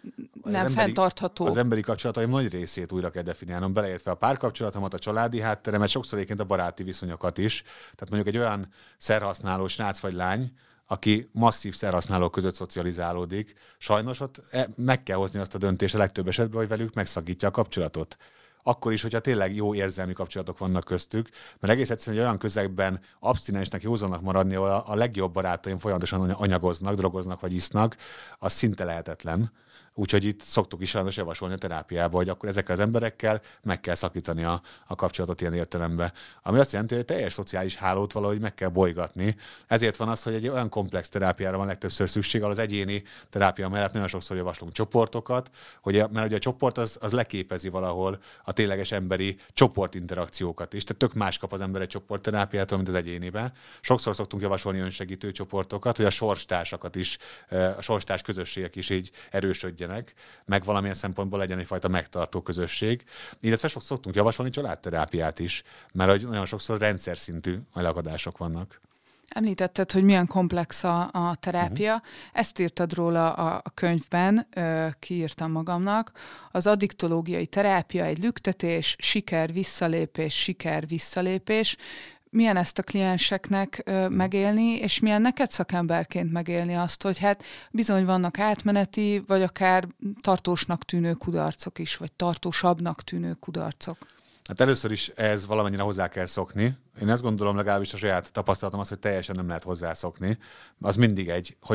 Speaker 1: nem fenntartható.
Speaker 2: Az emberi kapcsolataim nagy részét újra kell definiálnom, beleértve a párkapcsolatomat, a családi hátteremet, sokszor egyébként a baráti viszonyokat is. Tehát mondjuk egy olyan szerhasználó srác vagy lány, aki masszív szerhasználók között szocializálódik, sajnos ott meg kell hozni azt a döntést a legtöbb esetben, hogy velük megszakítja a kapcsolatot. Akkor is, hogyha tényleg jó érzelmi kapcsolatok vannak köztük, mert egész egyszerűen egy olyan közegben abstinensnek, józannak maradni, ahol a legjobb barátaim folyamatosan anyagoznak, drogoznak vagy isznak, az szinte lehetetlen. Úgyhogy itt szoktuk is sajnos javasolni a terápiába, hogy akkor ezekkel az emberekkel meg kell szakítani a kapcsolatot ilyen értelemben. Ami azt jelenti, hogy teljes szociális hálót valahogy meg kell bolygatni. Ezért van az, hogy egy olyan komplex terápiára van legtöbbször szükség, az egyéni terápia mellett nagyon sokszor javaslunk csoportokat, mert ugye a csoport az leképezi valahol a tényleges emberi csoportinterakciókat is. Tehát tök más kap az ember egy csoportterápiától, mint az egyéniben. Sokszor szoktunk javasolni önsegítő csoportokat, hogy a sorstársakat is, a sorstárs közösségek is így erősödjenek, meg valamilyen szempontból legyen egyfajta megtartó közösség. Illetve szoktunk javasolni családterápiát is, mert hogy nagyon sokszor rendszer szintű elakadások vannak.
Speaker 1: Említetted, hogy milyen komplex a terápia. Ezt írtad róla a könyvben, kiírtam magamnak. Az addiktológiai terápia egy lüktetés, siker-visszalépés. Milyen ezt a klienseknek megélni, és milyen neked szakemberként megélni azt, hogy hát bizony vannak átmeneti, vagy akár tartósnak tűnő kudarcok is, vagy tartósabbnak tűnő kudarcok.
Speaker 2: Hát először is ez valamennyire hozzá kell szokni. Én azt gondolom, legalábbis a saját tapasztalatom az, hogy teljesen nem lehet hozzászokni. Az mindig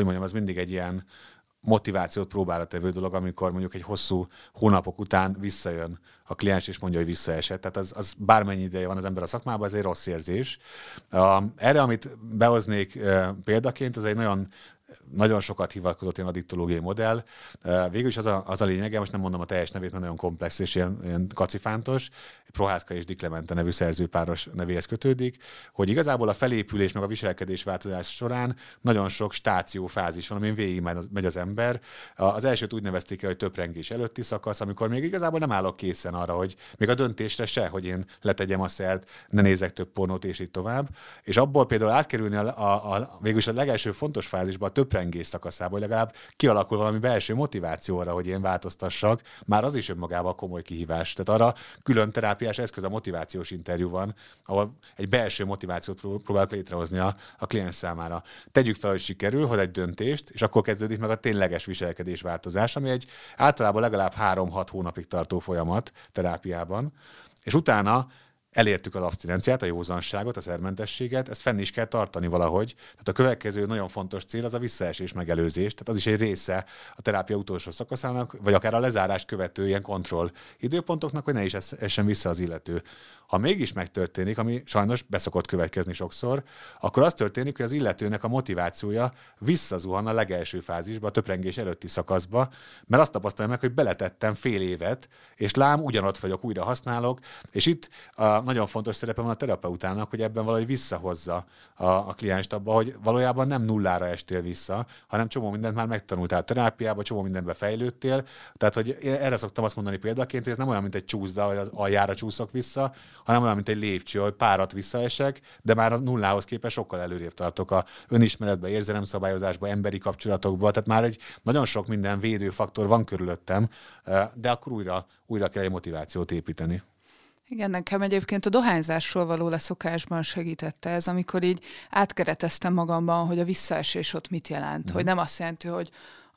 Speaker 2: egy ilyen motivációt próbára tevő dolog, amikor mondjuk egy hosszú hónapok után visszajön a kliens, és mondja, hogy visszaesett. Tehát az bármennyi ideje van az ember a szakmában, ez egy rossz érzés. Erre, amit behoznék példaként, ez egy nagyon sokat hivatkozott ilyen addiktológiai modell. Végül is az a lényege, most nem mondom a teljes nevét, mert nagyon komplex és ilyen kacifántos, Prohászka és Diklemente nevű szerzőpáros nevéhez kötődik, hogy igazából a felépülés meg a viselkedésváltozás során nagyon sok stációfázis van, amin végig megy az ember. Az elsőt úgy nevezték el, hogy töprengés előtti szakasz, amikor még igazából nem állok készen arra, hogy még a döntésre se, hogy én letegyem a szert, ne nézek több pornót, és így tovább. És abból például átkerülni végülis a legelső fontos fázisba, a töprengés szakaszába, hogy legalább kialakul valami belső motiváció arra, hogy én változtassak, már az is önmagában komoly kihívás. Tehát arra külön terápiás eszköz, a motivációs interjú van, ahol egy belső motivációt próbálok létrehozni a kliens számára. Tegyük fel, hogy sikerül, hoz egy döntést, és akkor kezdődik meg a tényleges viselkedésváltozás, ami egy általában legalább 3-6 hónapig tartó folyamat terápiában, és utána elértük az abstinenciát, a józanságot, a szermentességet, ezt fenn is kell tartani valahogy. Tehát a következő nagyon fontos cél az a visszaesés megelőzés, tehát az is egy része a terápia utolsó szakaszának, vagy akár a lezárást követő ilyen kontroll időpontoknak, hogy ne is essen vissza az illető. Ha mégis megtörténik, ami sajnos beszokott következni sokszor, akkor az történik, hogy az illetőnek a motivációja visszazuhan a legelső fázisba, a töprengés előtti szakaszba, mert azt tapasztalja meg, hogy beletettem fél évet, és lám, ugyanott vagyok, újra használok, és itt nagyon fontos szerepe van a terapeutának, hogy ebben valahogy visszahozza a klienst abba, hogy valójában nem nullára estél vissza, hanem csomó mindent már megtanultál a terápiába, csomó mindenbe fejlődtél. Tehát, hogy erre szoktam azt mondani példaként, hogy ez nem olyan, mint egy csúszda, hogy az aljára csúszok vissza, hanem olyan, mint egy lépcső, hogy párat visszaesek, de már a nullához képest sokkal előrébb tartok a önismeretbe, érzelemszabályozásba, emberi kapcsolatokba, tehát már egy nagyon sok minden védőfaktor van körülöttem, de akkor újra kell egy motivációt építeni.
Speaker 1: Igen, nekem egyébként a dohányzásról való leszokásban segítette ez, amikor így átkereteztem magamban, hogy a visszaesés ott mit jelent. Hogy nem azt jelenti, hogy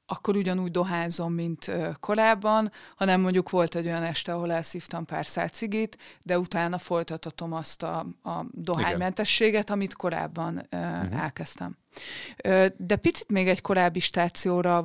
Speaker 1: akkor ugyanúgy dohányzom, mint korábban, hanem mondjuk volt egy olyan este, ahol elszívtam pár szál cigit, de utána folytathatom azt a dohánymentességet, amit korábban elkezdtem. De picit még egy korábbi stációra,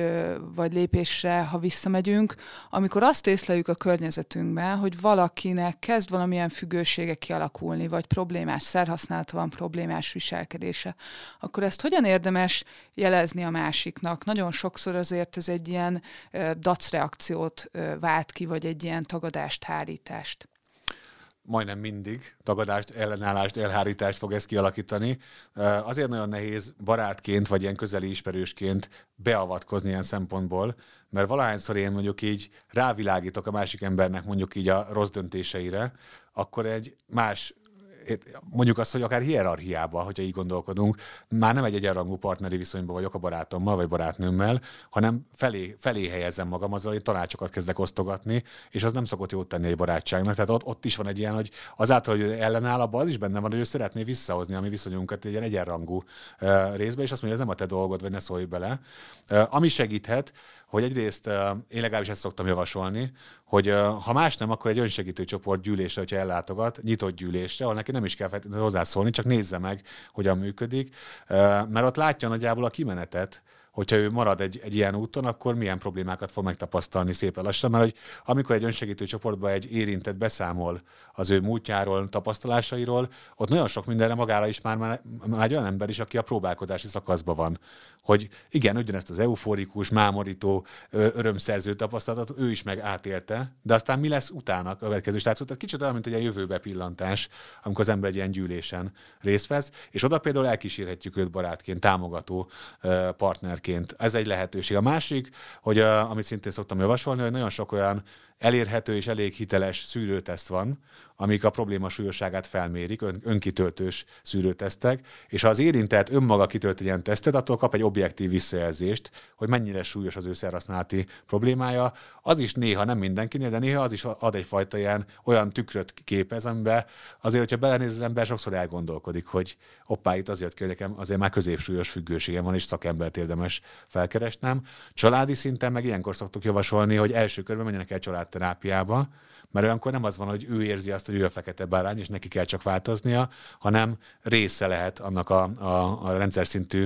Speaker 1: vagy lépésre, ha visszamegyünk, amikor azt észleljük a környezetünkben, hogy valakinek kezd valamilyen függősége kialakulni, vagy problémás szerhasználata van, problémás viselkedése, akkor ezt hogyan érdemes jelezni a másiknak? Nagyon sokszor azért ez egy ilyen dacreakciót vált ki, vagy egy ilyen tagadást, hárítást.
Speaker 2: Majdnem mindig tagadást, ellenállást, elhárítást fog ezt kialakítani. Azért nagyon nehéz barátként, vagy ilyen közeli ismerősként beavatkozni ilyen szempontból, mert valahányszor én mondjuk így rávilágítok a másik embernek mondjuk így a rossz döntéseire, akkor egy más, mondjuk azt, hogy akár hierarchiába, hogyha így gondolkodunk, már nem egy egyenrangú partneri viszonyban vagyok a barátommal, vagy barátnőmmel, hanem felé helyezem magam azzal, hogy tanácsokat kezdek osztogatni, és az nem szokott jót tenni egy barátságnak. Tehát ott is van egy ilyen, hogy azáltal, hogy ellenáll, abban az is benne van, hogy ő szeretné visszahozni a mi viszonyunkat egy ilyen egyenrangú részbe, és azt mondja, ez nem a te dolgod, vagy ne szólj bele. Ami segíthet, hogy egyrészt én legalábbis ezt szoktam javasolni, hogy ha más nem, akkor egy önsegítő csoport gyűlésre, hogyha ellátogat, nyitott gyűlésre, ahol neki nem is kell feltétlenül hozzászólni, csak nézze meg, hogyan működik, mert ott látja nagyjából a kimenetet, hogyha ő marad egy ilyen úton, akkor milyen problémákat fog megtapasztalni szépen lassan, mert hogy amikor egy önsegítő csoportban egy érintett beszámol az ő múltjáról, tapasztalásairól, ott nagyon sok mindenre magára is már egy olyan ember is, aki a próbálkozási szakaszban van. Hogy igen, ugyanezt az euforikus, mámorító, örömszerző tapasztalatot ő is meg átélte, de aztán mi lesz utána a következő stáció? Tehát kicsit olyan, mint egy ilyen jövőbe pillantás, amikor az ember egy ilyen gyűlésen részt vesz, és oda például elkísérhetjük őt barátként, támogató partnerként. Ez egy lehetőség. A másik, hogy amit szintén szoktam javasolni, hogy nagyon sok olyan elérhető és elég hiteles szűrőteszt van, amik a probléma súlyosságát felmérik, önkitöltős szűrőtesztek, és ha az érintett önmaga kitölt egy ilyen tesztet, attól kap egy objektív visszajelzést, hogy mennyire súlyos az ő szerhasználati problémája. Az is néha, nem mindenkinél, de néha az is ad egyfajta olyan tükröt képez, amiben azért, hogyha belenéz az ember, sokszor elgondolkodik, hogy hoppá, itt azért hogy nekem azért már középsúlyos függőségem van, és szakembert érdemes felkeresnem. Családi szinten meg ilyenkor szoktuk javasolni, hogy első körben menjenek el családterápiába, mert olyankor nem az van, hogy ő érzi azt, hogy ő a fekete bárány, és neki kell csak változnia, hanem része lehet annak a rendszer szintű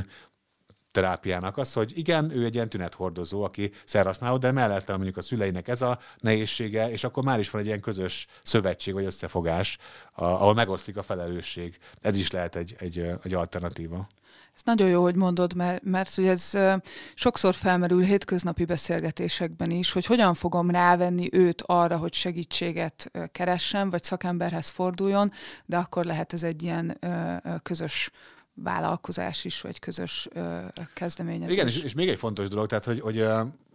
Speaker 2: terápiának az, hogy igen, ő egy ilyen tünethordozó, aki szerhasználó, de mellette mondjuk a szüleinek ez a nehézsége, és akkor már is van egy ilyen közös szövetség vagy összefogás, ahol megoszlik a felelősség. Ez is lehet egy alternatíva.
Speaker 1: Ez nagyon jó, hogy mondod, mert hogy ez sokszor felmerül hétköznapi beszélgetésekben is, hogy hogyan fogom rávenni őt arra, hogy segítséget keressen, vagy szakemberhez forduljon, de akkor lehet ez egy ilyen közös vállalkozás is, vagy közös kezdeményezés.
Speaker 2: Igen, és még egy fontos dolog, tehát hogy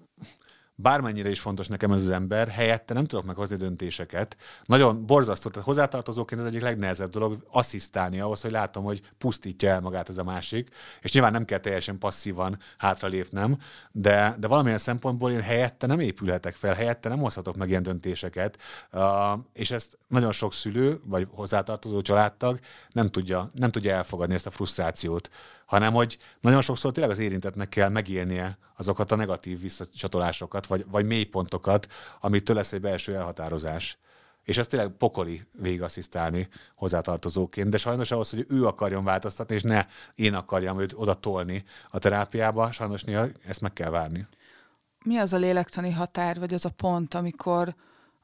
Speaker 2: bármennyire is fontos nekem ez az ember, helyette nem tudok meghozni döntéseket. Nagyon borzasztó, tehát hozzátartozóként az egyik legnehezebb dolog asszisztálni ahhoz, hogy látom, hogy pusztítja el magát ez a másik, és nyilván nem kell teljesen passzívan hátralépnem, de valamilyen szempontból én helyette nem épülhetek fel, helyette nem hozhatok meg ilyen döntéseket, és ezt nagyon sok szülő, vagy hozzátartozó családtag nem tudja elfogadni ezt a frusztrációt, hanem hogy nagyon sokszor tényleg az érintettnek kell megélnie azokat a negatív visszacsatolásokat, vagy mélypontokat, amitől lesz egy belső elhatározás. És ezt tényleg pokoli végigasszisztálni hozzátartozóként, de sajnos ahhoz, hogy ő akarjon változtatni, és ne én akarjam őt oda tolni a terápiába, sajnos néha ezt meg kell várni.
Speaker 1: Mi az a lélektani határ, vagy az a pont, amikor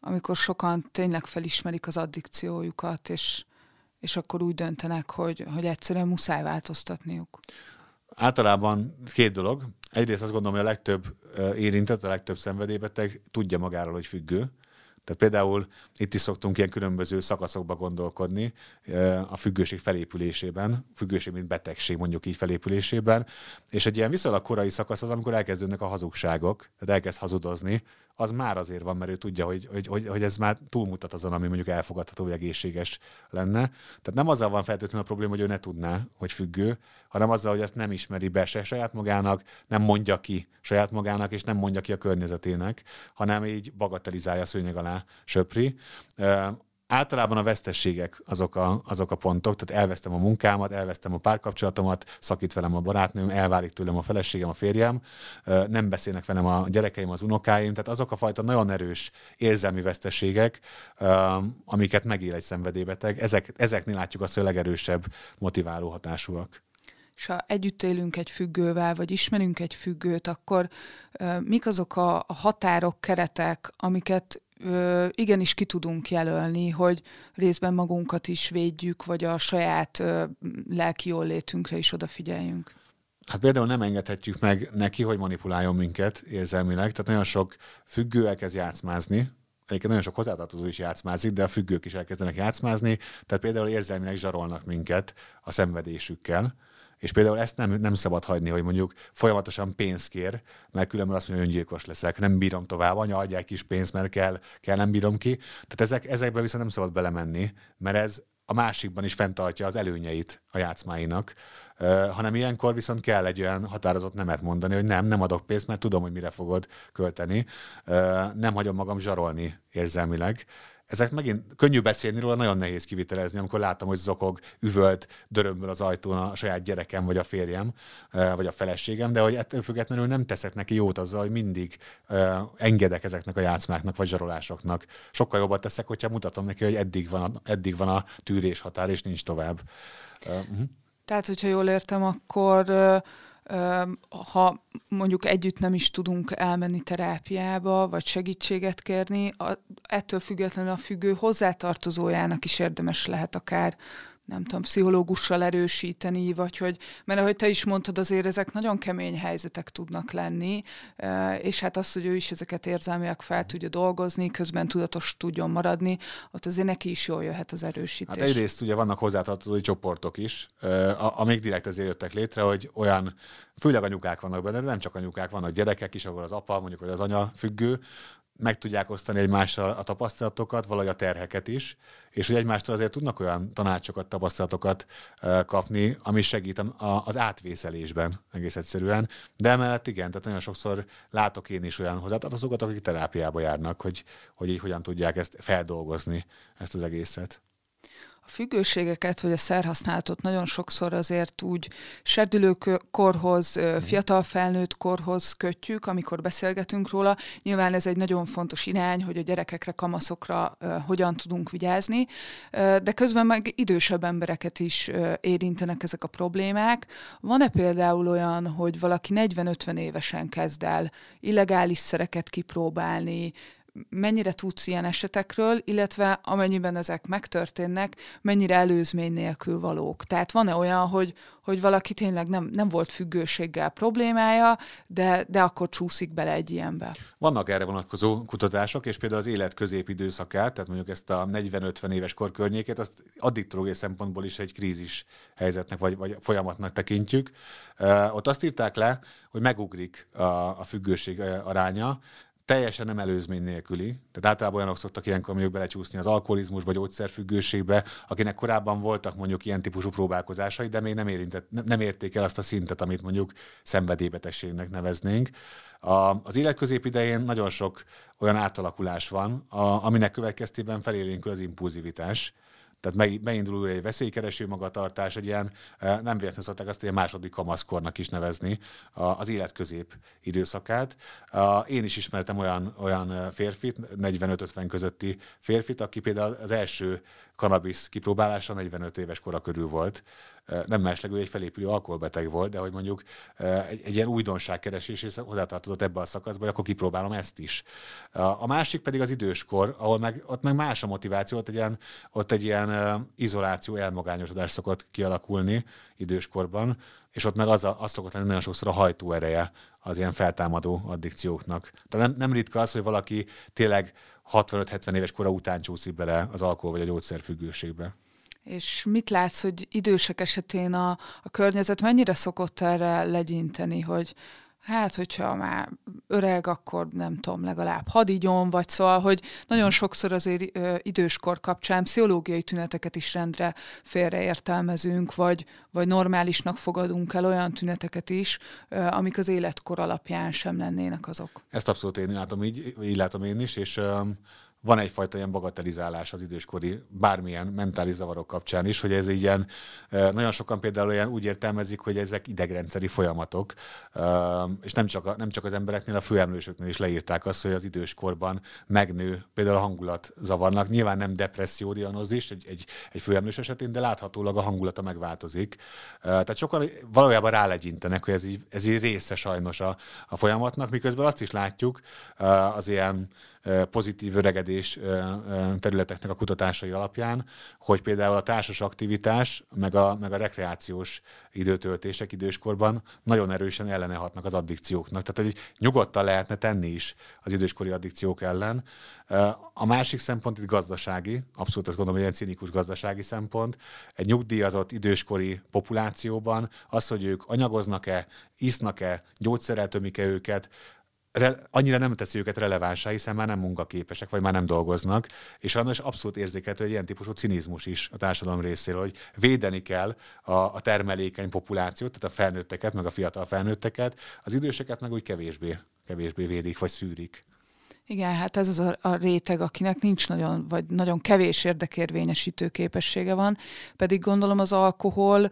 Speaker 1: sokan tényleg felismerik az addikciójukat, és akkor úgy döntenek, hogy egyszerűen muszáj változtatniuk?
Speaker 2: Általában két dolog. Egyrészt azt gondolom, hogy a legtöbb érintett, a legtöbb szenvedélybeteg tudja magáról, hogy függő. Tehát például itt is szoktunk ilyen különböző szakaszokba gondolkodni a függőség felépülésében, függőség mint betegség mondjuk így felépülésében, és egy ilyen viszonylag korai szakasz az, amikor elkezdődnek a hazugságok, tehát elkezd hazudozni, az már azért van, mert ő tudja, hogy ez már túlmutat azon, ami mondjuk elfogadható, vagy egészséges lenne. Tehát nem azzal van feltétlenül a probléma, hogy ő ne tudná, hogy függő, hanem azzal, hogy ezt nem ismeri be se saját magának, nem mondja ki saját magának, és nem mondja ki a környezetének, hanem így bagatelizálja, szőnyeg alá söpri. Általában a veszteségek azok a pontok, tehát elvesztem a munkámat, elvesztem a párkapcsolatomat, szakít velem a barátnőm, elválik tőlem a feleségem, a férjem, nem beszélnek velem a gyerekeim, az unokáim, tehát azok a fajta nagyon erős érzelmi veszteségek, amiket megél egy szenvedélybeteg, ezeknél látjuk azt, hogy a legerősebb motiváló hatásúak.
Speaker 1: És ha együtt élünk egy függővel, vagy ismerünk egy függőt, akkor mik azok a határok, keretek, amiket igenis ki tudunk jelölni, hogy részben magunkat is védjük, vagy a saját lelki jóllétünkre is odafigyeljünk?
Speaker 2: Hát például nem engedhetjük meg neki, hogy manipuláljon minket érzelmileg, tehát nagyon sok függő elkezd játszmázni, egyébként nagyon sok hozzátartozó is játszmázik, de a függők is elkezdenek játszmázni, tehát például érzelmileg zsarolnak minket a szenvedésükkel, és például ezt nem szabad hagyni, hogy mondjuk folyamatosan pénzt kér, mert különben azt mondja, hogy öngyilkos leszek, nem bírom tovább, anya, adják kis pénzt, mert kell, nem bírom ki. Tehát ezekben viszont nem szabad belemenni, mert ez a másikban is fenntartja az előnyeit a játszmáinak, hanem ilyenkor viszont kell egy olyan határozott nemet mondani, hogy nem adok pénzt, mert tudom, hogy mire fogod költeni, nem hagyom magam zsarolni érzelmileg. Ezek megint könnyű beszélni róla, nagyon nehéz kivitelezni, amikor látom, hogy zokog, üvölt, dörömböl az ajtón a saját gyerekem, vagy a férjem, vagy a feleségem, de hogy ettől függetlenül nem teszek neki jót azzal, hogy mindig engedek ezeknek a játszmáknak, vagy zsarolásoknak. Sokkal jobban teszek, hogyha mutatom neki, hogy eddig van a tűrés határ, és nincs tovább.
Speaker 1: Tehát, hogyha jól értem, akkor ha mondjuk együtt nem is tudunk elmenni terápiába, vagy segítséget kérni, ettől függetlenül a függő hozzátartozójának is érdemes lehet akár, nem tudom, pszichológussal erősíteni, vagy hogy, mert ahogy te is mondtad, azért ezek nagyon kemény helyzetek tudnak lenni, és hát az, hogy ő is ezeket érzelmileg fel tudja dolgozni, közben tudatos tudjon maradni, ott azért neki is jól jöhet az erősítés.
Speaker 2: Hát egyrészt ugye vannak hozzátartozói csoportok is, amik direkt ezért jöttek létre, hogy olyan, főleg anyukák vannak benne, de nem csak anyukák, vannak gyerekek is, ahol az apa, mondjuk, vagy az anya függő, meg tudják osztani egymással a tapasztalatokat, valahogy a terheket is, és hogy egymástól azért tudnak olyan tanácsokat, tapasztalatokat kapni, ami segít az átvészelésben egész egyszerűen. De emellett igen, tehát nagyon sokszor látok én is olyan hozzátartozókat, akik terápiába járnak, hogy így hogyan tudják ezt feldolgozni, ezt az egészet.
Speaker 1: A függőségeket, vagy a szerhasználatot nagyon sokszor azért úgy serdülőkorhoz, fiatal felnőtt korhoz kötjük, amikor beszélgetünk róla. Nyilván ez egy nagyon fontos irány, hogy a gyerekekre, kamaszokra hogyan tudunk vigyázni, de közben meg idősebb embereket is érintenek ezek a problémák. Van-e például olyan, hogy valaki 40-50 évesen kezd el illegális szereket kipróbálni, mennyire tudsz ilyen esetekről, illetve amennyiben ezek megtörténnek, mennyire előzmény nélkül valók. Tehát van-e olyan, hogy valaki tényleg nem volt függőséggel problémája, de akkor csúszik bele egy ilyenbe?
Speaker 2: Vannak erre vonatkozó kutatások, és például az élet középidőszakát, tehát mondjuk ezt a 40-50 éves kor környékét, azt addiktológiai szempontból is egy krízis helyzetnek, vagy folyamatnak tekintjük. Ott azt írták le, hogy megugrik a függőség aránya, teljesen nem előzmény nélküli. Tehát általában olyanok szoktak ilyenkor mondjuk belecsúszni az alkoholizmusba, gyógyszerfüggőségbe, akinek korábban voltak mondjuk ilyen típusú próbálkozásai, de még nem érték el azt a szintet, amit mondjuk szenvedélybetegségnek neveznénk. Az életközép idején nagyon sok olyan átalakulás van, aminek következtében felélénkül az impulzivitás. Tehát beindul egy veszélykereső magatartás, egy ilyen, nem véletlenül szokták azt ilyen második kamaszkornak is nevezni az életközép időszakát. Én is ismertem olyan férfit, 45-50 közötti férfit, aki például az első kannabisz kipróbálása 45 éves kora körül volt. Nem mellesleg ő egy felépülő alkoholbeteg volt, de hogy mondjuk egy ilyen újdonságkeresés és hozzátartozott ebbe a szakaszba, hogy akkor kipróbálom ezt is. A másik pedig az időskor, ahol ott meg más a motiváció, ott egy ilyen izoláció, elmagányosodás szokott kialakulni időskorban, és ott meg az szokott lenni nagyon sokszor a hajtóereje az ilyen feltámadó addikcióknak. Tehát nem ritka az, hogy valaki tényleg 65-70 éves kora után csúszik bele az alkohol vagy a gyógyszerfüggőségbe.
Speaker 1: És mit látsz, hogy idősek esetén a környezet mennyire szokott erre legyinteni, hogy hát, hogyha már öreg, akkor nem tudom, legalább hadigyon, vagy szóval, hogy nagyon sokszor azért időskor kapcsán pszichológiai tüneteket is rendre félreértelmezünk, vagy normálisnak fogadunk el olyan tüneteket is, amik az életkor alapján sem lennének azok.
Speaker 2: Ezt abszolút én látom így látom én is, és van egyfajta ilyen bagatelizálás az időskori bármilyen mentális zavarok kapcsán is, hogy ez ilyen, nagyon sokan például olyan úgy értelmezik, hogy ezek idegrendszeri folyamatok, és nem csak az embereknél, a főemlősöknél is leírták azt, hogy az időskorban megnő például a hangulatzavarnak. Nyilván nem depresszió diagnózis egy főemlős esetén, de láthatólag a hangulata megváltozik. Tehát sokan valójában rálegyintenek, hogy ez így része sajnos a folyamatnak, miközben azt is látjuk az ilyen pozitív öregedés területeknek a kutatásai alapján, hogy például a társas aktivitás, meg a rekreációs időtöltések időskorban nagyon erősen ellene hatnak az addikcióknak. Tehát, hogy nyugodtan lehetne tenni is az időskori addikciók ellen. A másik szempont itt gazdasági, abszolút azt gondolom, hogy ilyen cinikus gazdasági szempont. Egy nyugdíjazott időskori populációban az, hogy ők anyagoznak-e, isznak-e, gyógyszerrel tömik-e őket, annyira nem teszi őket relevánsá, hiszen már nem munkaképesek, vagy már nem dolgoznak, és sajnos abszolút érzékelhető egy ilyen típusú cinizmus is a társadalom részéről, hogy védeni kell a termelékeny populációt, tehát a felnőtteket, meg a fiatal felnőtteket, az időseket meg úgy kevésbé védik, vagy szűrik.
Speaker 1: Igen, hát ez az a réteg, akinek nincs nagyon, vagy nagyon kevés érdekérvényesítő képessége van, pedig gondolom az alkohol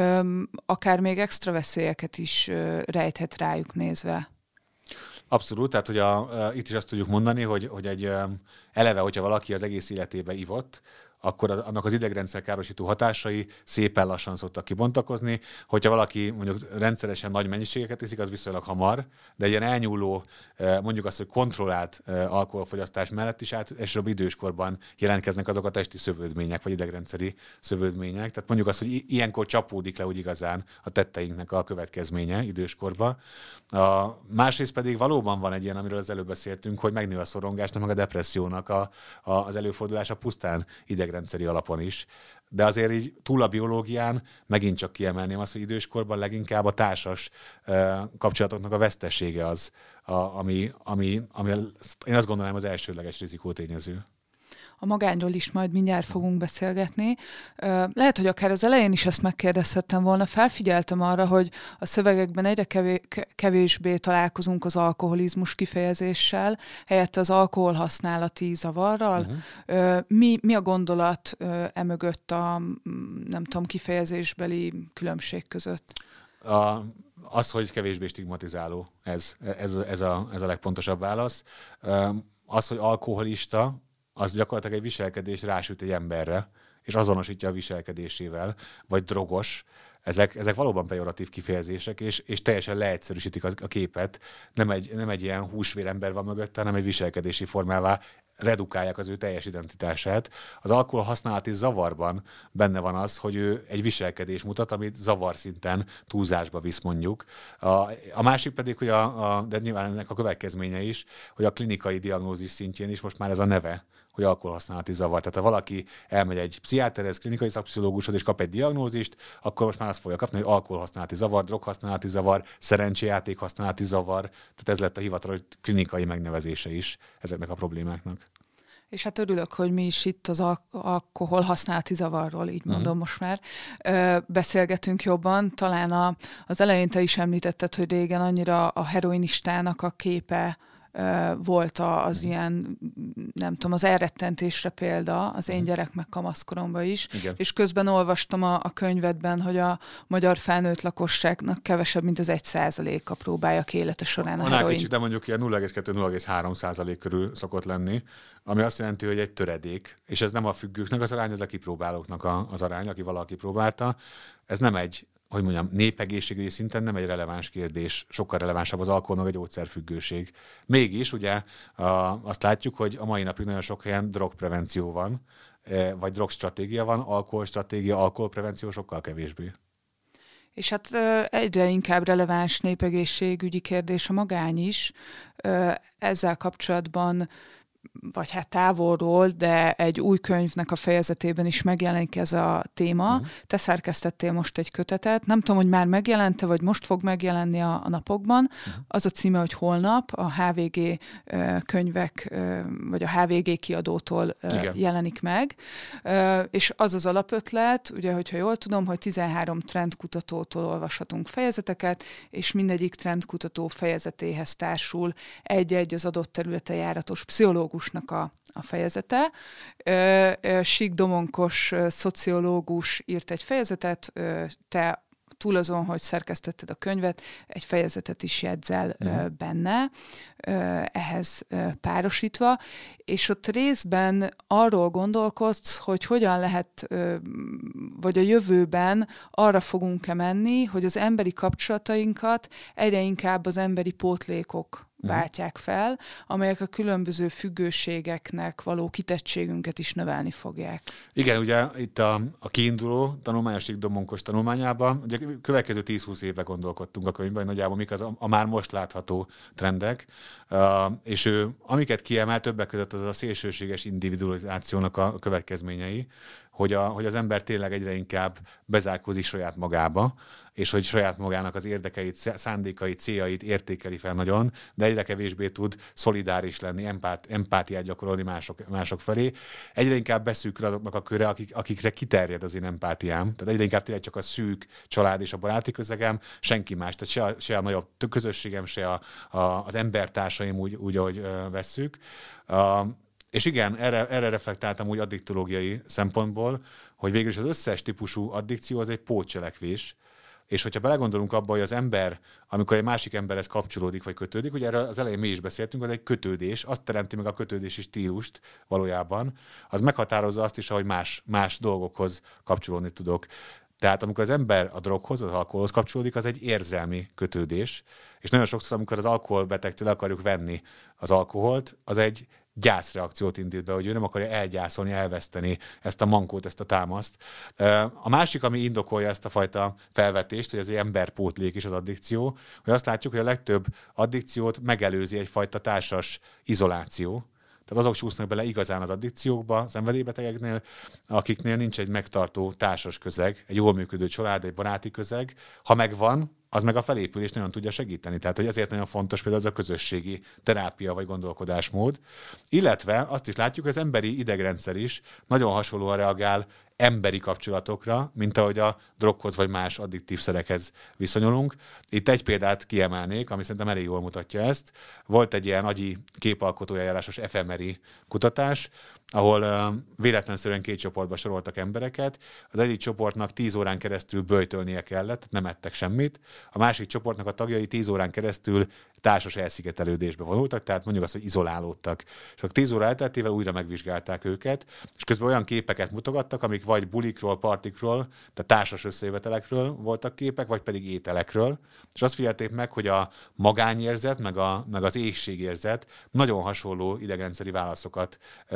Speaker 1: akár még extra veszélyeket is rejthet rájuk nézve.
Speaker 2: Abszolút, tehát hogy itt is azt tudjuk mondani, hogy egy eleve, hogyha valaki az egész életében ivott, akkor annak az idegrendszer károsító hatásai szépen lassan szoktak kibontakozni. Hogyha valaki mondjuk rendszeresen nagy mennyiségeket iszik, az viszonylag hamar, de egy ilyen elnyúló, mondjuk azt, hogy kontrollált alkoholfogyasztás mellett is elsősorban időskorban jelentkeznek azok a testi szövődmények, vagy idegrendszeri szövődmények. Tehát mondjuk azt, hogy ilyenkor csapódik le úgy igazán a tetteinknek a következménye időskorban. Másrészt pedig valóban van egy ilyen, amiről az előbb beszéltünk, hogy megnő a szorongásnak, meg a depressziónak az előfordulása pusztán idegrendszeri alapon is. De azért így túl a biológián megint csak kiemelném azt, hogy időskorban leginkább a társas kapcsolatoknak a vesztesége az, ami én azt gondolom az elsődleges rizikótényező.
Speaker 1: A magányról is majd mindjárt fogunk beszélgetni. Lehet, hogy akár az elején is ezt megkérdezhettem volna. Felfigyeltem arra, hogy a szövegekben egyre kevésbé találkozunk az alkoholizmus kifejezéssel, helyette az alkoholhasználati zavarral. Mi a gondolat emögött a nem tudom, kifejezésbeli különbség között?
Speaker 2: Az, hogy kevésbé stigmatizáló, ez a legpontosabb válasz. Az, hogy alkoholista, az gyakorlatilag egy viselkedés rásüt egy emberre, és azonosítja a viselkedésével, vagy drogos. Ezek valóban pejoratív kifejezések, és teljesen leegyszerűsítik a képet. Nem egy ilyen húsvérember van mögötte, hanem egy viselkedési formává redukálják az ő teljes identitását. Az alkohol használati zavarban benne van az, hogy ő egy viselkedés mutat, amit zavar szinten túlzásba visz mondjuk. A másik pedig, hogy de nyilván ennek a következménye is, hogy a klinikai diagnózis szintjén is most már ez a neve, hogy alkoholhasználati zavar. Tehát ha valaki elmegy egy pszichiáterhez, klinikai szakpszichológushoz és kap egy diagnózist, akkor most már azt fogja kapni, hogy alkoholhasználati zavar, droghasználati zavar, szerencséjáték használati zavar. Tehát ez lett a hivatalos klinikai megnevezése is ezeknek a problémáknak.
Speaker 1: És hát örülök, hogy mi is itt az alkohol használati zavarról, így mondom most már, beszélgetünk jobban. Talán az elején te is említetted, hogy régen annyira a heroinistának a képe volt az ilyen, nem tudom, az elrettentésre példa az én gyerek meg kamaszkoromban is. Igen. És közben olvastam a könyvedben, hogy a magyar felnőtt lakosságnak kevesebb, mint az 1%-a próbálja élete során a heroin.
Speaker 2: Kicsit, de mondjuk ilyen 0,2-0,3% körül szokott lenni, ami azt jelenti, hogy egy töredék, és ez nem a függőknek az arány, ez a kipróbálóknak az arány, aki valaki próbálta. Ez nem egy, hogy mondjam, népegészségügyi szinten nem egy releváns kérdés, sokkal relevánsabb az alkohol, meg a gyógyszerfüggőség. Mégis ugye azt látjuk, hogy a mai napig nagyon sok helyen drogprevenció van, vagy drogstratégia van, alkoholstratégia, alkoholprevenció sokkal kevésbé.
Speaker 1: És hát egyre inkább releváns népegészségügyi kérdés a magány is. Ezzel kapcsolatban vagy hát távolról, de egy új könyvnek a fejezetében is megjelenik ez a téma. Te szerkesztettél most egy kötetet, nem tudom, hogy már megjelente, vagy most fog megjelenni a napokban. Az a címe, hogy Holnap, a HVG könyvek, vagy a HVG kiadótól jelenik meg. És az az alapötlet, ugye, hogyha jól tudom, hogy 13 trendkutatótól olvashatunk fejezeteket, és mindegyik trendkutató fejezetéhez társul egy-egy az adott területen járatos pszichológus szociológusnak a fejezete. Sík Domonkos szociológus írt egy fejezetet, te túl azon, hogy szerkesztetted a könyvet, egy fejezetet is jegyzel benne, ehhez párosítva, és ott részben arról gondolkodsz, hogy hogyan lehet, vagy a jövőben arra fogunk-e menni, hogy az emberi kapcsolatainkat egyre inkább az emberi pótlékok váltják fel, amelyek a különböző függőségeknek való kitettségünket is növelni fogják.
Speaker 2: Igen, ugye itt a kiinduló tanulmány, a Sík Domonkos tanulmányában, ugye következő 10-20 évre gondolkodtunk a könyvben, hogy nagyjából mik a már most látható trendek, és ő amiket kiemel többek között az a szélsőséges individualizációnak a következményei, hogy az ember tényleg egyre inkább bezárkózik saját magába, és hogy saját magának az érdekeit, szándékait, céljait értékeli fel nagyon, de egyre kevésbé tud szolidáris lenni, empátiát gyakorolni mások felé. Egyre inkább beszűkül azoknak a köre, akikre kiterjed az én empátiám. Tehát egyre inkább tényleg csak a szűk család és a baráti közegem, senki más. Tehát se a nagyobb közösségem, se az embertársaim úgy ahogy vesszük. És igen, erre reflektáltam úgy addiktológiai szempontból, hogy végül is az összes típusú addikció az egy pótcselekvés, és hogyha belegondolunk abba, hogy az ember, amikor egy másik emberhez kapcsolódik vagy kötődik, ugye erről az elején mi is beszéltünk, az egy kötődés, azt teremti meg a kötődési stílust valójában, az meghatározza azt is, ahogy más dolgokhoz kapcsolódni tudok. Tehát amikor az ember a droghoz, az alkoholhoz kapcsolódik, az egy érzelmi kötődés, és nagyon sokszor, amikor az alkoholbetegtől akarjuk venni az alkoholt, az egy gyászreakciót indít be, hogy ő nem akarja elgyászolni, elveszteni ezt a mankót, ezt a támaszt. A másik, ami indokolja ezt a fajta felvetést, hogy ez egy emberpótlék is az addikció, hogy azt látjuk, hogy a legtöbb addikciót megelőzi egyfajta társas izoláció. Tehát azok csúsznak bele igazán az addikciókba, az szenvedélybetegeknél, akiknél nincs egy megtartó társas közeg, egy jól működő család, egy baráti közeg. Ha megvan, az meg a felépülést nagyon tudja segíteni. Tehát, hogy ezért nagyon fontos például az a közösségi terápia vagy gondolkodásmód. Illetve azt is látjuk, hogy az emberi idegrendszer is nagyon hasonlóan reagál emberi kapcsolatokra, mint ahogy a droghoz vagy más addiktív szerekhez viszonyulunk. Itt egy példát kiemelnék, ami szerintem elég jól mutatja ezt. Volt egy ilyen agyi képalkotóeljárásos fMRI kutatás, ahol véletlenszerűen 2 csoportba soroltak embereket. Az egyik csoportnak 10 órán keresztül böjtölnie kellett, nem ettek semmit. A másik csoportnak a tagjai 10 órán keresztül társas elszigetelődésbe vonultak, tehát mondjuk azt, hogy izolálódtak. És a 10 óra elteltével újra megvizsgálták őket, és közben olyan képeket mutogattak, amik vagy bulikról, partikról, tehát társas összejövetelekről voltak képek, vagy pedig ételekről. És azt figyelték meg, hogy a magányérzet, meg az éhségérzet nagyon hasonló idegrendszeri válaszokat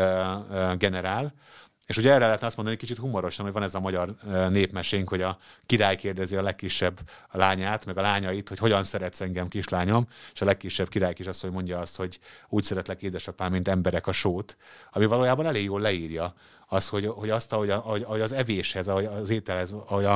Speaker 2: generál. És ugye erre lehetne azt mondani kicsit humorosan, hogy van ez a magyar népmesénk, hogy a király kérdezi a legkisebb lányát, meg a lányait, hogy hogyan szeretsz engem, kislányom, és a legkisebb király kisasszony mondja azt, hogy úgy szeretlek, édesapám, mint emberek a sót, ami valójában elég jól leírja az, hogy azt, ahogy az evéshez, ahogy az ételhez,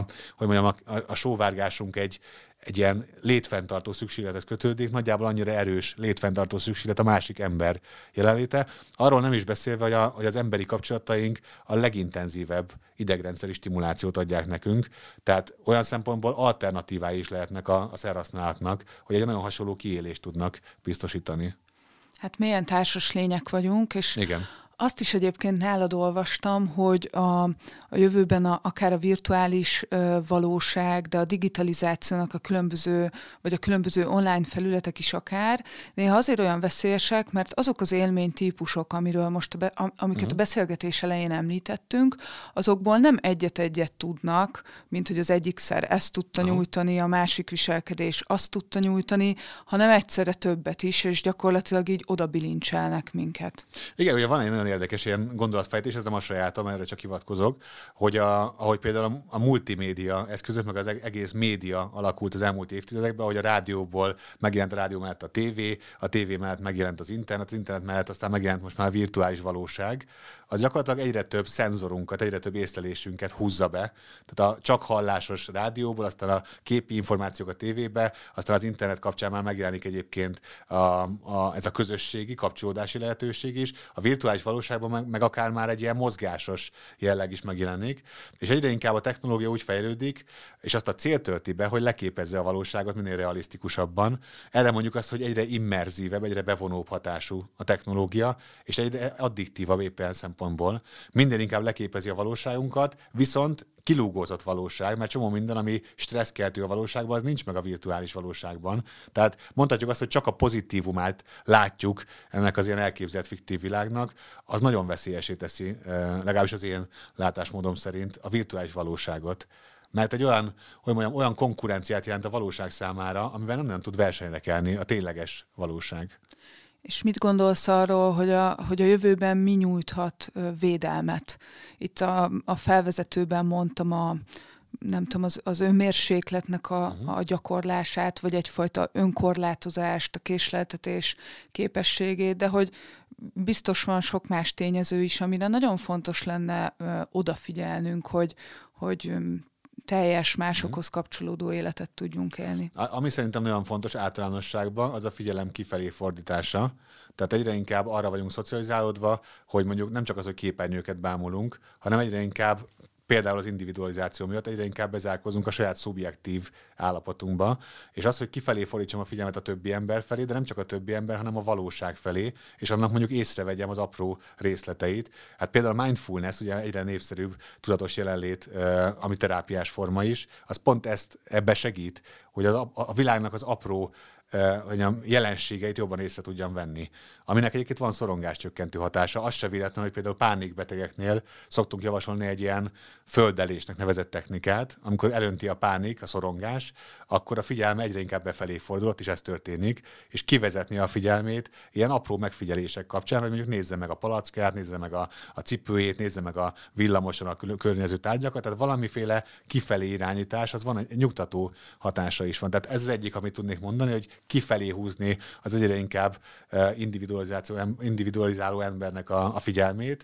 Speaker 2: a sóvárgásunk egy ilyen létfenntartó szükséglethez kötődik, nagyjából annyira erős létfenntartó szükséglet a másik ember jelenléte. Arról nem is beszélve, hogy az emberi kapcsolataink a legintenzívebb idegrendszeri stimulációt adják nekünk, tehát olyan szempontból alternatívái is lehetnek a szerhasználatnak, hogy egy nagyon hasonló kiélést tudnak biztosítani.
Speaker 1: Hát milyen társas lények vagyunk, és
Speaker 2: igen.
Speaker 1: Azt is egyébként nálad olvastam, hogy a jövőben akár a virtuális valóság, de a digitalizációnak a különböző online felületek is akár, néha azért olyan veszélyesek, mert azok az élménytípusok, amiről most amiket a beszélgetés elején említettünk, azokból nem egyet-egyet tudnak, mint hogy az egyikszer ezt tudta nyújtani, a másik viselkedés azt tudta nyújtani, hanem egyszerre többet is, és gyakorlatilag így oda bilincselnek minket.
Speaker 2: Igen, ugye van egy nagyon érdekes ilyen gondolatfejtés, ez nem a sajátom, erre csak hivatkozok, hogy ahogy például a multimédia eszközök, meg az egész média alakult az elmúlt évtizedekben, hogy a rádióból megjelent a rádió mellett a tévé mellett megjelent az internet mellett aztán megjelent most már a virtuális valóság, az gyakorlatilag egyre több szenzorunkat, egyre több észlelésünket húzza be. Tehát a csak hallásos rádióból, aztán a képi információk a tévébe, aztán az internet kapcsán már megjelenik egyébként ez a közösségi kapcsolódási lehetőség is. A virtuális valóságban meg akár már egy ilyen mozgásos jelleg is megjelenik. És egyre inkább a technológia úgy fejlődik, és azt a célt tölti be, hogy leképezze a valóságot minél realisztikusabban. Erre mondjuk azt, hogy egyre immerzívebb, egyre bevonóbb hatású a technológia, és egyre addiktívabb éppen szempontból. Minden inkább leképezi a valóságunkat, viszont kilúgózott valóság, mert csomó minden, ami stresszkeltő a valóságban, az nincs meg a virtuális valóságban. Tehát mondhatjuk azt, hogy csak a pozitívumát látjuk ennek az ilyen elképzelt fiktív világnak, az nagyon veszélyesé teszi, legalábbis az én látásmódom szerint a virtuális valóságot. Mert egy olyan, hogy mondjam, olyan konkurenciát jelent a valóság számára, amivel nem tud versenyre kelni a tényleges valóság.
Speaker 1: És mit gondolsz arról, hogy a jövőben mi nyújthat védelmet? Itt a felvezetőben mondtam nem tudom, az önmérsékletnek a gyakorlását, vagy egyfajta önkorlátozást, a késleltetés képességét, de hogy biztos van sok más tényező is, amire nagyon fontos lenne odafigyelnünk, hogy teljes másokhoz kapcsolódó életet tudjunk élni.
Speaker 2: Ami szerintem nagyon fontos általánosságban, az a figyelem kifelé fordítása. Tehát egyre inkább arra vagyunk szocializálódva, hogy mondjuk nem csak az, hogy képernyőket bámulunk, hanem egyre inkább például az individualizáció miatt egyre inkább bezárkozunk a saját szubjektív állapotunkba, és az, hogy kifelé fordítsam a figyelmet a többi ember felé, de nem csak a többi ember, hanem a valóság felé, és annak mondjuk észrevegyem az apró részleteit. Hát például a mindfulness, ugye egyre népszerűbb tudatos jelenlét, ami terápiás forma is, az pont ebbe segít, hogy a világnak az apró jelenségeit jobban észre tudjam venni. Aminek egyébként van szorongáscsökkentő hatása. Az se véletlen, hogy például pánikbetegeknél szoktunk javasolni egy ilyen földelésnek nevezett technikát, amikor elönti a pánik, a szorongás, akkor a figyelme egyre inkább befelé fordul, ott is ez történik, és kivezetni a figyelmét ilyen apró megfigyelések kapcsán, hogy mondjuk nézze meg a palackát, nézze meg a cipőjét, nézze meg a villamoson a környező tárgyakat, tehát valamiféle kifelé irányítás, az van egy nyugtató hatása is van. Tehát ez az egyik, amit tudnék mondani, hogy kifelé húzni az egyre inkább individualizáló embernek a figyelmét.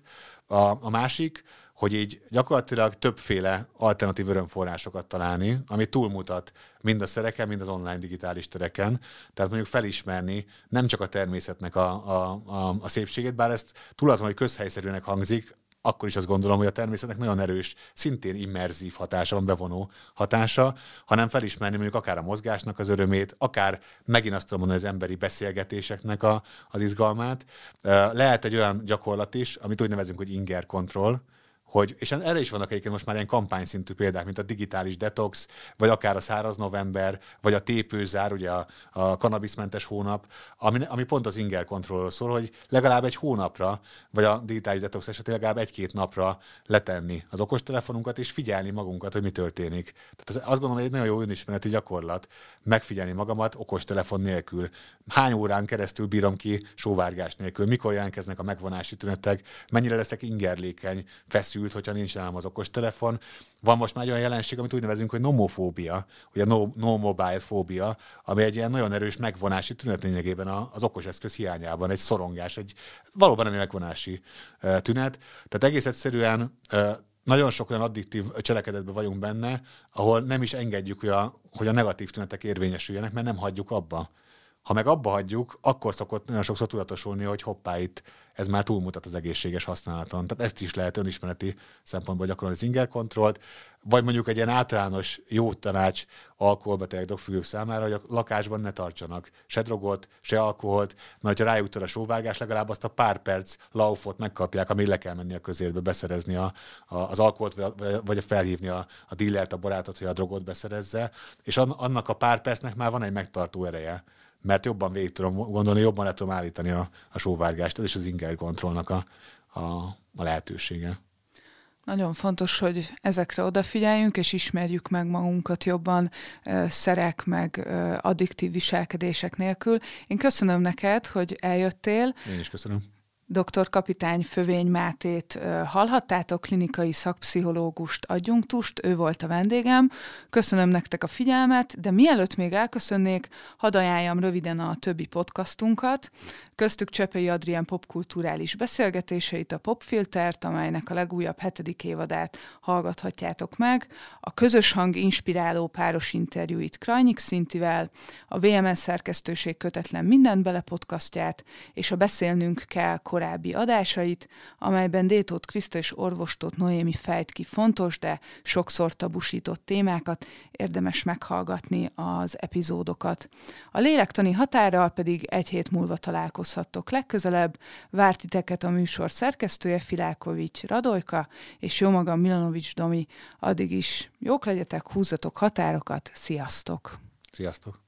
Speaker 2: A másik, hogy így gyakorlatilag többféle alternatív örömforrásokat találni, ami túlmutat mind a szereken, mind az online digitális tereken. Tehát mondjuk felismerni nem csak a természetnek a szépségét, bár ezt túl azon, hogy közhelyszerűnek hangzik, akkor is azt gondolom, hogy a természetnek nagyon erős, szintén immerzív hatása van, bevonó hatása, hanem felismerni mondjuk akár a mozgásnak az örömét, akár megint azt tudom mondani, az emberi beszélgetéseknek az izgalmát. Lehet egy olyan gyakorlat is, amit úgy nevezünk, hogy inger control, és erre is vannak egyébként most már ilyen kampányszintű példák, mint a digitális detox, vagy akár a száraz november, vagy a tépőzár, ugye a kannabiszmentes hónap, ami pont az inger controlról szól, hogy legalább egy hónapra, vagy a digitális detox esetén legalább 1-2 napra letenni az okostelefonunkat, és figyelni magunkat, hogy mi történik. Tehát azt gondolom, hogy egy nagyon jó önismereti gyakorlat, megfigyelni magamat okostelefon nélkül. Hány órán keresztül bírom ki sóvárgás nélkül, mikor jelentkeznek a megvonási tünetek, mennyire leszek ingerlékeny, feszült, hogyha nincs nálam az okostelefon. Van most már olyan jelenség, amit úgy nevezünk, hogy nomofóbia, ugye no mobile fóbia, ami egy ilyen nagyon erős megvonási tünet lényegében az okos eszköz hiányában, egy szorongás, egy valóban nem egy megvonási tünet. Tehát egész egyszerűen nagyon sok olyan addiktív cselekedetben vagyunk benne, ahol nem is engedjük, hogy a negatív tünetek érvényesüljenek, mert nem hagyjuk abba. Ha meg abba hagyjuk, akkor szokott nagyon sokszor tudatosulni, hogy hoppá, itt ez már túlmutat az egészséges használaton. Tehát ezt is lehet önismereti szempontból gyakorolni az inger controlt, vagy mondjuk egy ilyen általános jó tanács alkoholbetegek, drogfüggők számára, hogy a lakásban ne tartsanak se drogot, se alkoholt, mert ha rájuk tör a sóvárgás, legalább azt a pár perc laufot megkapják, amíg le kell menni a közértbe beszerezni az alkoholt, vagy felhívni a dílert, a barátot, hogy a drogot beszerezze, és annak a pár percnek már van egy megtartó ereje, mert jobban végig tudom gondolni, jobban le tudom állítani a sóvárgást. Ez is az inger controlnak a lehetősége.
Speaker 1: Nagyon fontos, hogy ezekre odafigyeljünk, és ismerjük meg magunkat jobban szerek, meg addiktív viselkedések nélkül. Én köszönöm neked, hogy eljöttél.
Speaker 2: Én is köszönöm.
Speaker 1: Dr. Kapitány Fövény Mátét hallhattátok, klinikai szakpszichológust, adjunktust, ő volt a vendégem. Köszönöm nektek a figyelmet, de mielőtt még elköszönnék, hadd ajánljam röviden a többi podcastunkat. Köztük Csepei Adrián popkulturális beszélgetéseit, a Popfiltert, amelynek a legújabb 7. évadát hallgathatjátok meg, a Közös Hang inspiráló páros interjúit Krajnyik Szintivel, a VMS szerkesztőség kötetlen mindent bele podcastját, és a Beszélnünk kell korábbi adásait, amelyben Détóth Kriszta és Orvostóth Noémi fejt ki fontos, de sokszor tabusított témákat, érdemes meghallgatni az epizódokat. A lélektani határral pedig egy hét múlva találkozhattok legközelebb. Vár titeket a műsor szerkesztője, Filákovics Radojka, és jó magam, Milanovics Domi. Addig is jók legyetek, húzzatok határokat, sziasztok!
Speaker 2: Sziasztok!